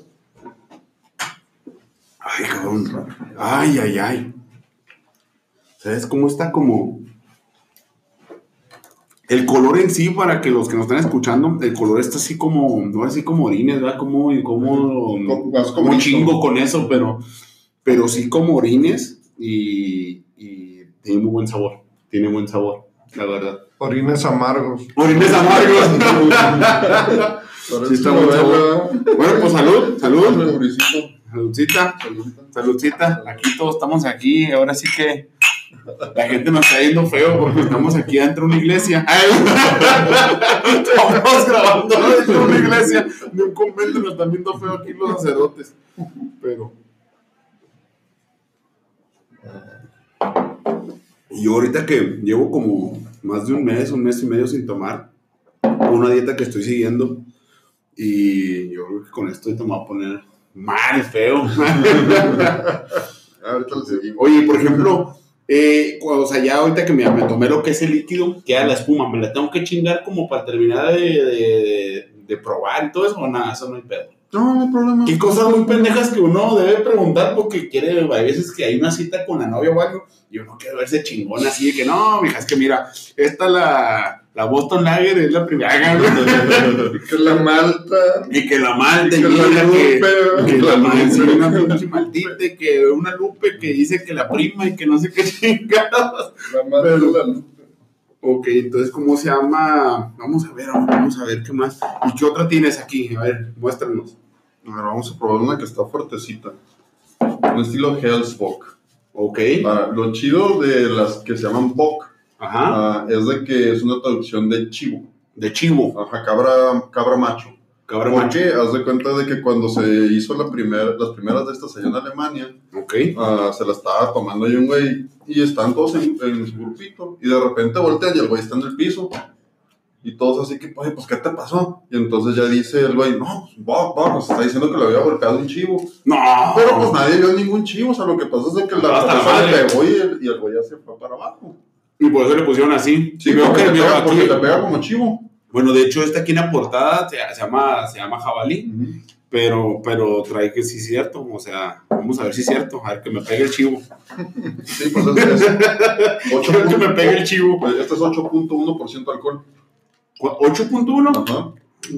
Ay, cabrón. Ay. ¿Sabes cómo está? Como... El color en sí, para que los que nos están escuchando, el color está así como, no así como orines, ¿verdad? Como chingo con eso, pero sí como orines. Y tiene muy buen sabor, la verdad.
Orines amargos.
Sí, está buen sabor. Bueno, pues salud. Saludcita. Saludcita. Aquí todos estamos aquí. Ahora sí que la gente nos está yendo feo porque estamos aquí dentro de una iglesia. Estamos grabando dentro de una iglesia, de un convento. Nos están viendo feo aquí los sacerdotes. Pero. Y yo ahorita que llevo como más de un mes y medio sin tomar una dieta que estoy siguiendo. Y yo creo que con esto me voy a poner mal, feo.
Ahorita lo seguimos.
Oye, por ejemplo, o sea, ya ahorita que me tomé lo que es el líquido, queda la espuma, ¿me la tengo que chingar como para terminar de probar y todo eso? O nada, eso no hay pedo.
No hay problema.
Qué cosas muy pendejas que uno debe preguntar porque quiere, a veces que hay una cita con la novia o algo, y uno quiere verse chingón así de que no, mija, es que mira, esta la Boston Lager es la primera.
Que la malta.
Y que la malta,
que la lupe,
que la malta, una pinche maldita, que una lupe que dice que la prima y que no sé qué chingados.
La malta de la lupe.
Ok, entonces, ¿cómo se llama? Vamos a ver qué más. ¿Y qué otra tienes aquí? A ver, muéstranos.
A ver, vamos a probar una que está fuertecita. Un estilo Hell's Bock.
Ok.
Lo chido de las que se llaman Bock
Ajá.
es de que es una traducción de chivo.
De chivo.
Ajá, cabra macho.
Cabra macho.
Porque haz de cuenta de que cuando se hizo las primeras de estas allá en Alemania,
Ok.
se la estaba tomando ahí un güey y están todos en su grupito y de repente voltean y el güey está en el piso y todos así que, oye, pues ¿qué te pasó? Y entonces ya dice el güey, no, pues está diciendo que le había golpeado un chivo.
No.
Pero pues nadie vio ningún chivo, o sea, lo que pasa es de que la persona le pegó y el güey ya se fue para abajo.
Y por eso le pusieron así.
Sí,
veo
porque,
que
le pega, porque
aquí.
le pega como chivo.
Bueno, de hecho, esta aquí en la portada se llama jabalí. Pero trae que sí es cierto, o sea, vamos a ver si es cierto, a ver que me pegue el chivo.
Sí, pues es
que me pegue el chivo.
Este es 8.1% alcohol.
8.1.
Ajá.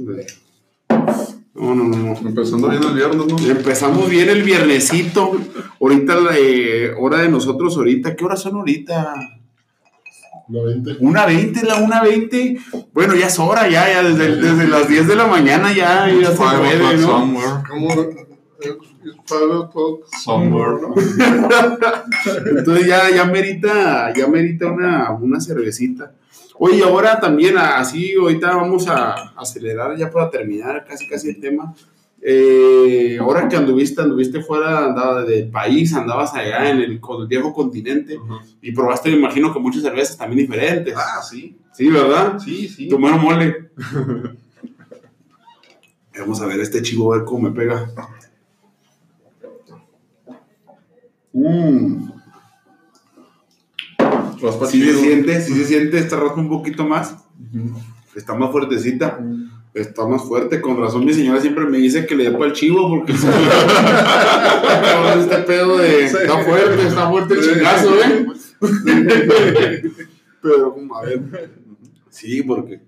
No.
Empezando bien el viernes, ¿no?
Empezamos bien el viernesito. Ahorita la hora de nosotros ahorita, ¿qué horas son ahorita?
1:20.
1:20, la 1:20. Bueno, ya es hora, ya desde las 10 de la mañana ya se puede, ¿no?
Somewhere. ¿Cómo? It's 5 o'clock somewhere, ¿no?
Entonces ya merita una cervecita. Oye, ahora también, así, ahorita vamos a acelerar ya para terminar casi el tema. Ahora que anduviste fuera del país, andabas allá con el viejo continente y probaste, me imagino que muchas cervezas también diferentes.
Ah, sí.
Sí, ¿verdad?
Sí.
Tomaron mole. Vamos a ver este chivo, a ver cómo me pega. Sí se siente, esta raspa un poquito más. Está más fuertecita. Está más fuerte, con razón mi señora siempre me dice que le dé para el chivo porque este pedo de está fuerte el chingazo, pero a ver, sí, porque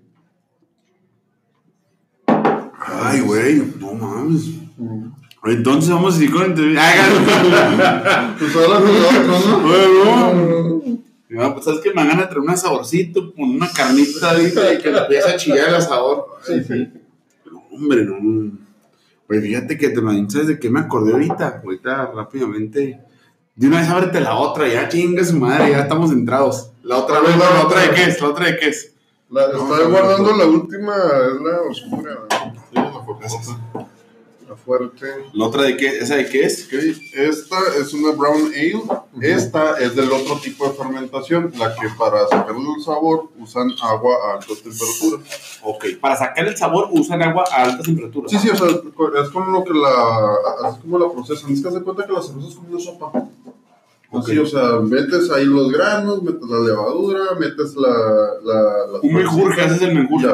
ay, güey, no mames. Entonces vamos a seguir con la entrevista.
Pues ahora ¿no?
Bueno, pues sabes que me van a traer un saborcito con una carnita ahí que le empieza a chillar el asador.
Sí.
No, hombre, no. Pues fíjate que ¿sabes de qué me acordé ahorita? Ahorita rápidamente. De una vez ábrete la otra, ya chinga su madre, ya estamos entrados. ¿La otra de qué es?
Estoy guardando la última, es la oscura. Sí, la focosa. La fuerte.
¿La otra de qué? ¿Esa de qué es?
Okay. Esta es una brown ale. Esta es del otro tipo de fermentación, la que para sacarle el sabor usan agua a altas temperaturas.
Ok, para sacar el sabor usan agua a altas temperaturas.
Sí, o sea, es con lo que así como la procesan. Es que se cuenta que la cerveza es como una sopa. Así, o sea, metes ahí los granos, metes la levadura, metes la
un menjurje, haces el menjurje.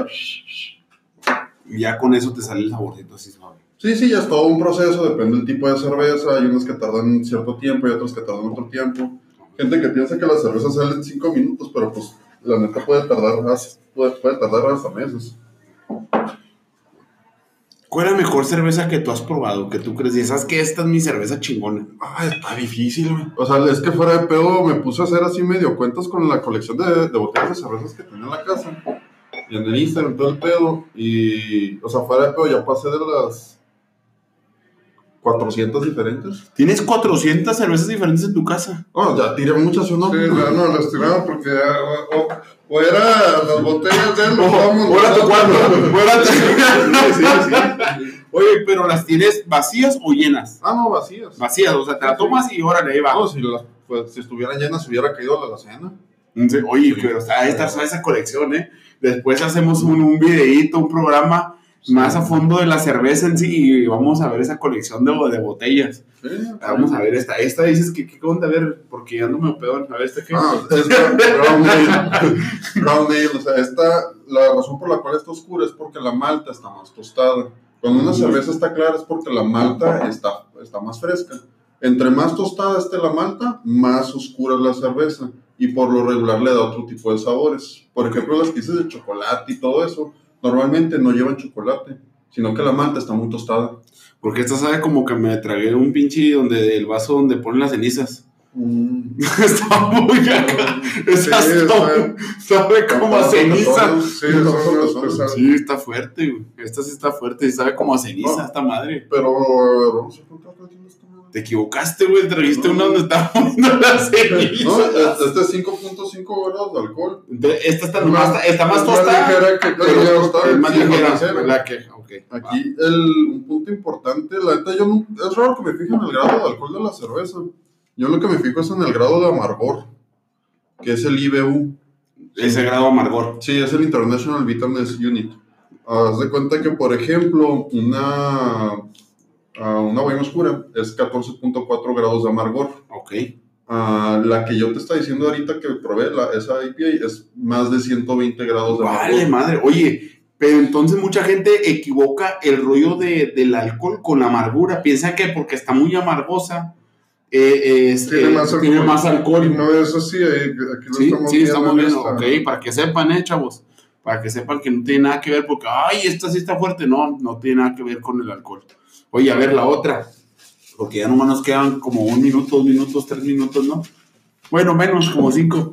Ya con eso te sale el saborcito así suave.
Sí, ya es todo un proceso, depende del tipo de cerveza. Hay unas que tardan cierto tiempo y otras que tardan otro tiempo. Gente que piensa que la cerveza sale en 5 minutos, pero pues la neta puede tardar hasta meses.
¿Cuál es la mejor cerveza que tú has probado? Que tú crees, y sabes que esta es mi cerveza chingona.
Está difícil, güey. O sea, es que fuera de pedo me puse a hacer así medio cuentas con la colección de botellas de cervezas que tenía en la casa. Y en el Instagram todo el pedo. Y, o sea, fuera de pedo ya pasé de las 400 diferentes.
¿Tienes 400 cervezas diferentes en tu casa?
Oh, ya tiré muchas, ¿o no?
Sí, no, las tiramos porque o era las botellas de él,
Fuera tu cuarto. Sí. Oye, pero ¿las tienes vacías o llenas?
Ah, no, vacías.
Vacías, o sea, te la tomas y órale, ahí va.
No, si estuvieran llenas, hubiera caído la alacena.
Oye, pero ahí está esa colección, ¿eh? Después hacemos un videíto, un programa más a fondo de la cerveza en sí y vamos a ver esa colección de botellas.
Sí,
Vamos a ver esta dices que qué onda, a ver, porque ando medio pedón, a ver esta qué.
Esta Brown Ale, o sea, la razón por la cual está oscura es porque la malta está más tostada. Cuando una cerveza está clara es porque la malta está más fresca. Entre más tostada esté la malta, más oscura es la cerveza. Y por lo regular le da otro tipo de sabores. Por ejemplo, las que dices de chocolate y todo eso, normalmente no llevan chocolate, sino que la malta está muy tostada.
Porque esta sabe como que me tragué un pinche el vaso donde ponen las cenizas. Está muy acá. Sabe como a ceniza. Sí, está fuerte, güey. Esta sí está fuerte y sabe como a ceniza, esta madre.
Pero, vamos a contar qué tiene esta madre.
Te equivocaste, güey. Trajiste una donde estaba poniendo las cenizas.
No, este es 5.5 grados de alcohol.
Entonces, esta está más tostada. Es más ligera. La que, okay.
Aquí un punto importante, la neta, es raro que me fije en el grado de alcohol de la cerveza. Yo lo que me fijo es en el grado de amargor, que es el IBU.
Ese grado amargor.
Sí, es el International Bitterness Unit. Haz de cuenta que, por ejemplo, una bohemia oscura es 14.4 grados de amargor.
Ok.
La que yo te estaba diciendo ahorita que probé, esa IPA, es más de 120 grados de amargor.
Vale, madre. Oye, pero entonces mucha gente equivoca el rollo del alcohol con la amargura. Piensa que porque está muy amargosa, tiene más alcohol.
No es así, aquí lo
estamos viendo. Ok, para que sepan, chavos. Para que sepan que no tiene nada que ver, porque, esta sí está fuerte. No tiene nada que ver con el alcohol. Oye, a ver la otra. Porque ya nomás nos quedan como 1 minuto, 2 minutos, 3 minutos, ¿no? Bueno, menos, como 5.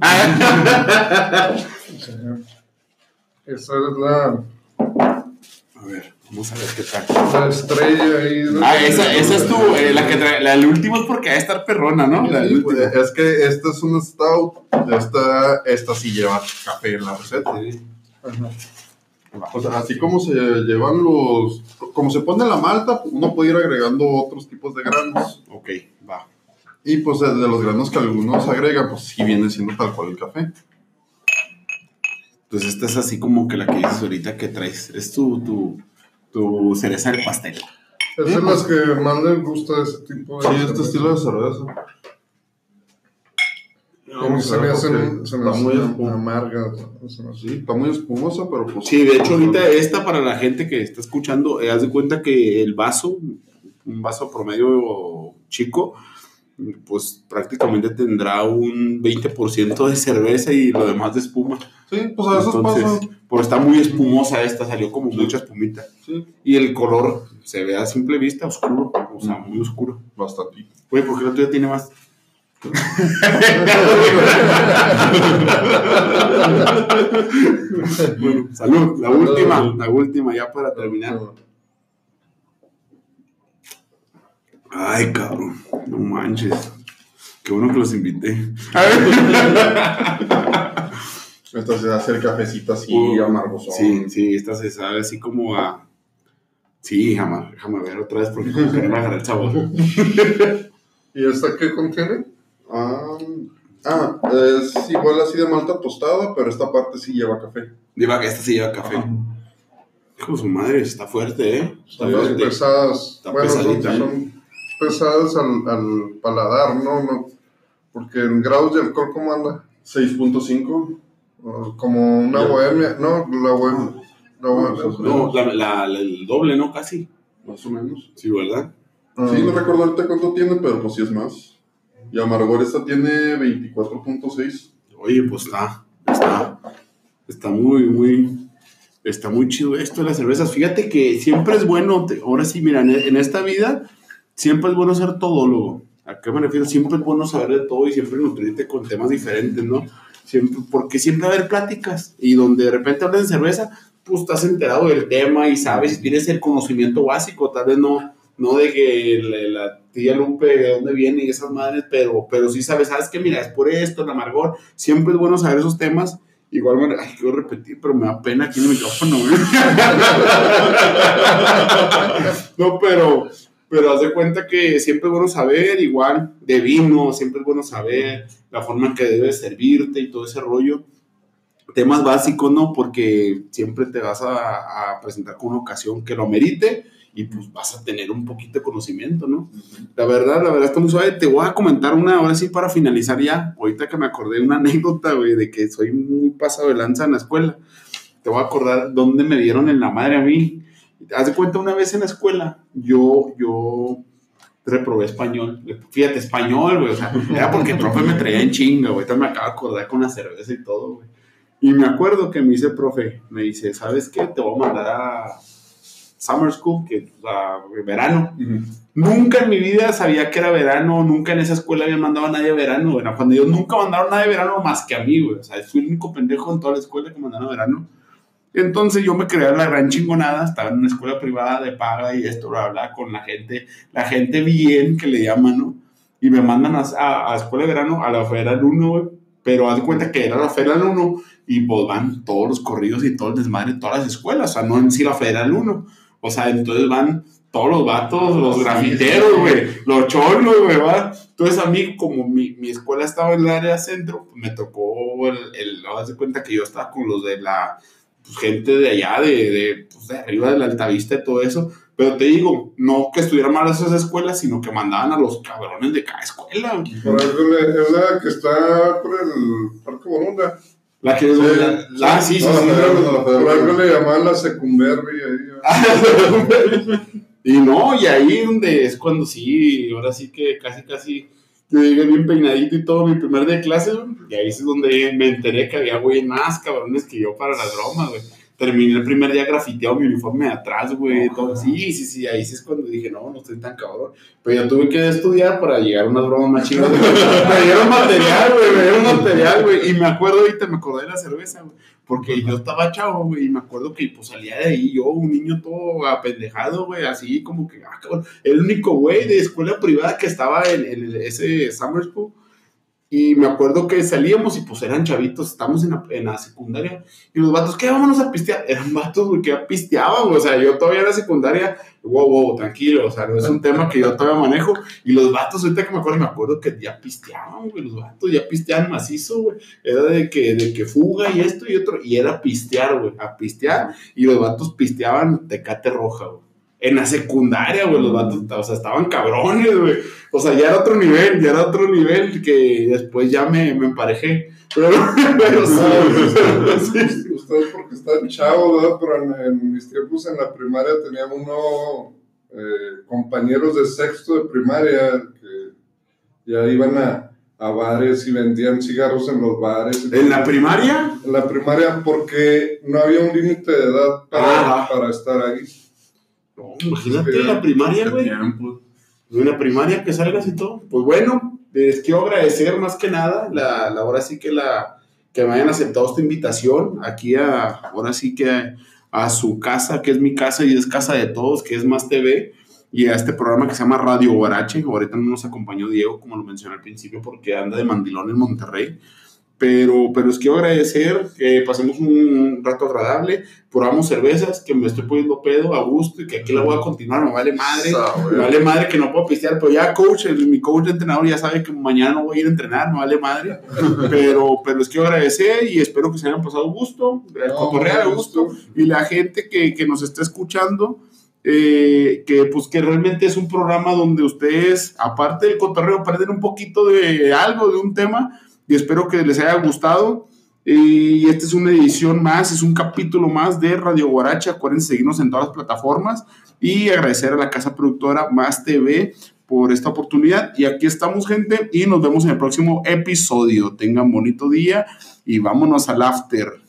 Esa es la...
A ver, vamos a ver qué tal.
La estrella ahí.
Esa es la que trae. La última es porque va a estar perrona, ¿no?
Sí, pues, es que esta es una stout. Esta sí lleva café en la receta.
Sí.
Ajá.
O sea, así como se llevan como se pone la malta, uno puede ir agregando otros tipos de granos.
Ok, va.
Y pues de los granos que algunos agregan, pues sí viene siendo tal cual el café.
Entonces esta es así como que la que dices ahorita que traes. Es tu cereza del pastel.
Esas son las que más les gusta ese tipo de...
Sí, este estilo de cerveza.
Se me hacen
muy
amargas.
Sí, está muy espumosa, pero pues...
Sí, de hecho ahorita esta para la gente que está escuchando, haz de cuenta que el vaso, un vaso promedio chico, pues prácticamente tendrá un 20% de cerveza y lo demás de espuma.
Sí, pues a veces pasa.
Pues está muy espumosa esta, salió como mucha espumita.
Sí.
Y el color se ve a simple vista oscuro, o sea, muy oscuro.
Bastante.
Oye, ¿por qué la tuya tiene más? Bueno, salud, la última ya para terminar. Ay, cabrón, no manches. Qué bueno que los invité.
Esta se hace el cafecito así amargoso.
Sí, esta se sabe así como a... Sí, déjame ver otra vez porque como que no me agarré el sabor.
¿Y esta qué contiene?
Es igual así de malta tostada, pero esta parte sí lleva café.
Esta sí lleva café. Hijo de su madre, está fuerte, ¿eh?
Están pesadas.
Está pesadita.
Son pesadas al paladar, ¿no? Porque en grados de alcohol, ¿cómo anda?
6.5.
Como una bohemia. No, la bohemia.
No, el doble, ¿no? Casi.
Más o menos.
Sí, ¿verdad?
Sí, no recuerdo ahorita cuánto tiene, pero pues sí es más. Y amargor esta tiene 24.6.
Oye, pues está muy chido esto de las cervezas. Fíjate que siempre es bueno, ahora sí, mira, en esta vida siempre es bueno ser todólogo. ¿A qué me refiero? Siempre es bueno saber de todo y siempre nutrirte con temas diferentes, ¿no? Porque siempre va a haber pláticas y donde de repente hablas de cerveza, pues estás enterado del tema y sabes y tienes el conocimiento básico, tal vez no no de que la tía Lupe de dónde viene y esas madres, pero sí sabes que mira, es por esto, el amargor, siempre es bueno saber esos temas. Igual, quiero repetir, pero me da pena aquí en el micrófono, güey. No, pero haz de cuenta que siempre es bueno saber, igual, de vino, siempre es bueno saber la forma en que debes servirte y todo ese rollo. Temas básicos, ¿no? Porque siempre te vas a presentar con una ocasión que lo amerite y pues vas a tener un poquito de conocimiento, ¿no? La verdad está muy suave. Te voy a comentar una, ahora sí, para finalizar ya. Ahorita que me acordé de una anécdota, güey, de que soy muy pasado de lanza en la escuela. Te voy a acordar dónde me dieron en la madre a mí. Haz de cuenta, una vez en la escuela, yo reprobé español. Fíjate, español, güey, o sea, era porque el profe me traía en chinga, güey. Ahorita me acabo de acordar con la cerveza y todo, güey. Y me acuerdo que me dice el profe, me dice, ¿sabes qué? Te voy a mandar a Summer School, que verano. Nunca en mi vida sabía que era verano, nunca en esa escuela había mandado a nadie a verano, güey. Cuando yo nunca mandaron a nadie a verano más que a mí, güey. O sea, fui el único pendejo en toda la escuela que mandaron a verano. Entonces yo me creía la gran chingonada, estaba en una escuela privada de paga y esto, bla, bla, con la gente bien que le llaman, ¿no? Y me mandan a escuela de verano, a la Federal 1, güey. Pero haz de cuenta que era la Federal 1 y pues van todos los corridos y todo el desmadre de todas las escuelas, o sea, no en sí la Federal 1. O sea, entonces van todos los vatos, los grafiteros, güey, los cholos, güey, ¿va? Entonces a mí, como mi escuela estaba en el área centro, pues me tocó haz de cuenta que yo estaba con los de la gente de allá, de arriba de la Altavista y todo eso. Pero te digo, no que estuvieran mal esas escuelas, sino que mandaban a los cabrones de cada escuela.
Por algo es la que está por el Parque Borunda.
La que sí.
Por algo le llamaban la Secunberry ahí.
Y ahí donde es cuando sí, ahora sí que casi te llegué bien peinadito y todo mi primer día de clase, güey. Y ahí es donde me enteré que había güey más cabrones que yo para las bromas, güey. Terminé el primer día grafiteado mi uniforme de atrás, güey. Todo. Sí, ahí sí es cuando dije, no estoy tan cabrón. Pero yo tuve que estudiar para llegar a unas bromas más chingas. Me dieron material, güey. Y me acuerdo ahorita, me acordé de la cerveza, güey. Porque yo estaba chavo, güey, y me acuerdo que pues salía de ahí yo, un niño todo apendejado, güey, así como que, cabrón. El único güey de escuela privada que estaba en ese Summer School. Y me acuerdo que salíamos y pues eran chavitos, estamos en la secundaria, y los vatos, ¿qué? Vámonos a pistear. Eran vatos, güey, que ya pisteaban, güey. O sea, yo todavía en la secundaria, wow, tranquilo, o sea, no es un tema que yo todavía manejo. Y los vatos, ahorita que me acuerdo que ya pisteaban, güey, los vatos ya pisteaban macizo, güey. Era de que fuga y esto y otro, y era pistear, güey, a pistear, y los vatos pisteaban Tecate Roja, güey. En la secundaria, güey, los vatos, o sea, estaban cabrones, güey. O sea, ya era otro nivel que después ya me emparejé. Pero
sí. Ustedes porque están chavos, ¿verdad? Pero en mis tiempos en la primaria teníamos compañeros de sexto de primaria que ya iban a bares y vendían cigarros en los bares.
¿En la primaria?
En la primaria, porque no había un límite de edad para estar ahí.
No, imagínate la primaria, güey. En la primaria que salgas y todo. Pues bueno, les quiero agradecer más que nada ahora sí que me hayan aceptado esta invitación aquí ahora sí que a su casa, que es mi casa y es casa de todos, que es Más TV, y a este programa que se llama Radio Guarache. Ahorita no nos acompañó Diego, como lo mencioné al principio, porque anda de mandilón en Monterrey. Pero les quiero agradecer que pasemos un rato agradable, probamos cervezas, que me estoy poniendo pedo a gusto y que aquí la voy a continuar, me vale madre que no puedo pistear, pero ya mi coach de entrenador ya sabe que mañana no voy a ir a entrenar, me vale madre, pero les quiero agradecer y espero que se hayan pasado gusto, cotorrear a gusto, y la gente que nos está escuchando, que realmente es un programa donde ustedes, aparte del cotorreo, aprenden un poquito de algo, de un tema, y espero que les haya gustado. Y esta es una edición más, es un capítulo más de Radio Guarache. Acuérdense seguirnos en todas las plataformas y agradecer a la casa productora Más TV por esta oportunidad. Y aquí estamos, gente, y nos vemos en el próximo episodio. Tengan bonito día y vámonos al after.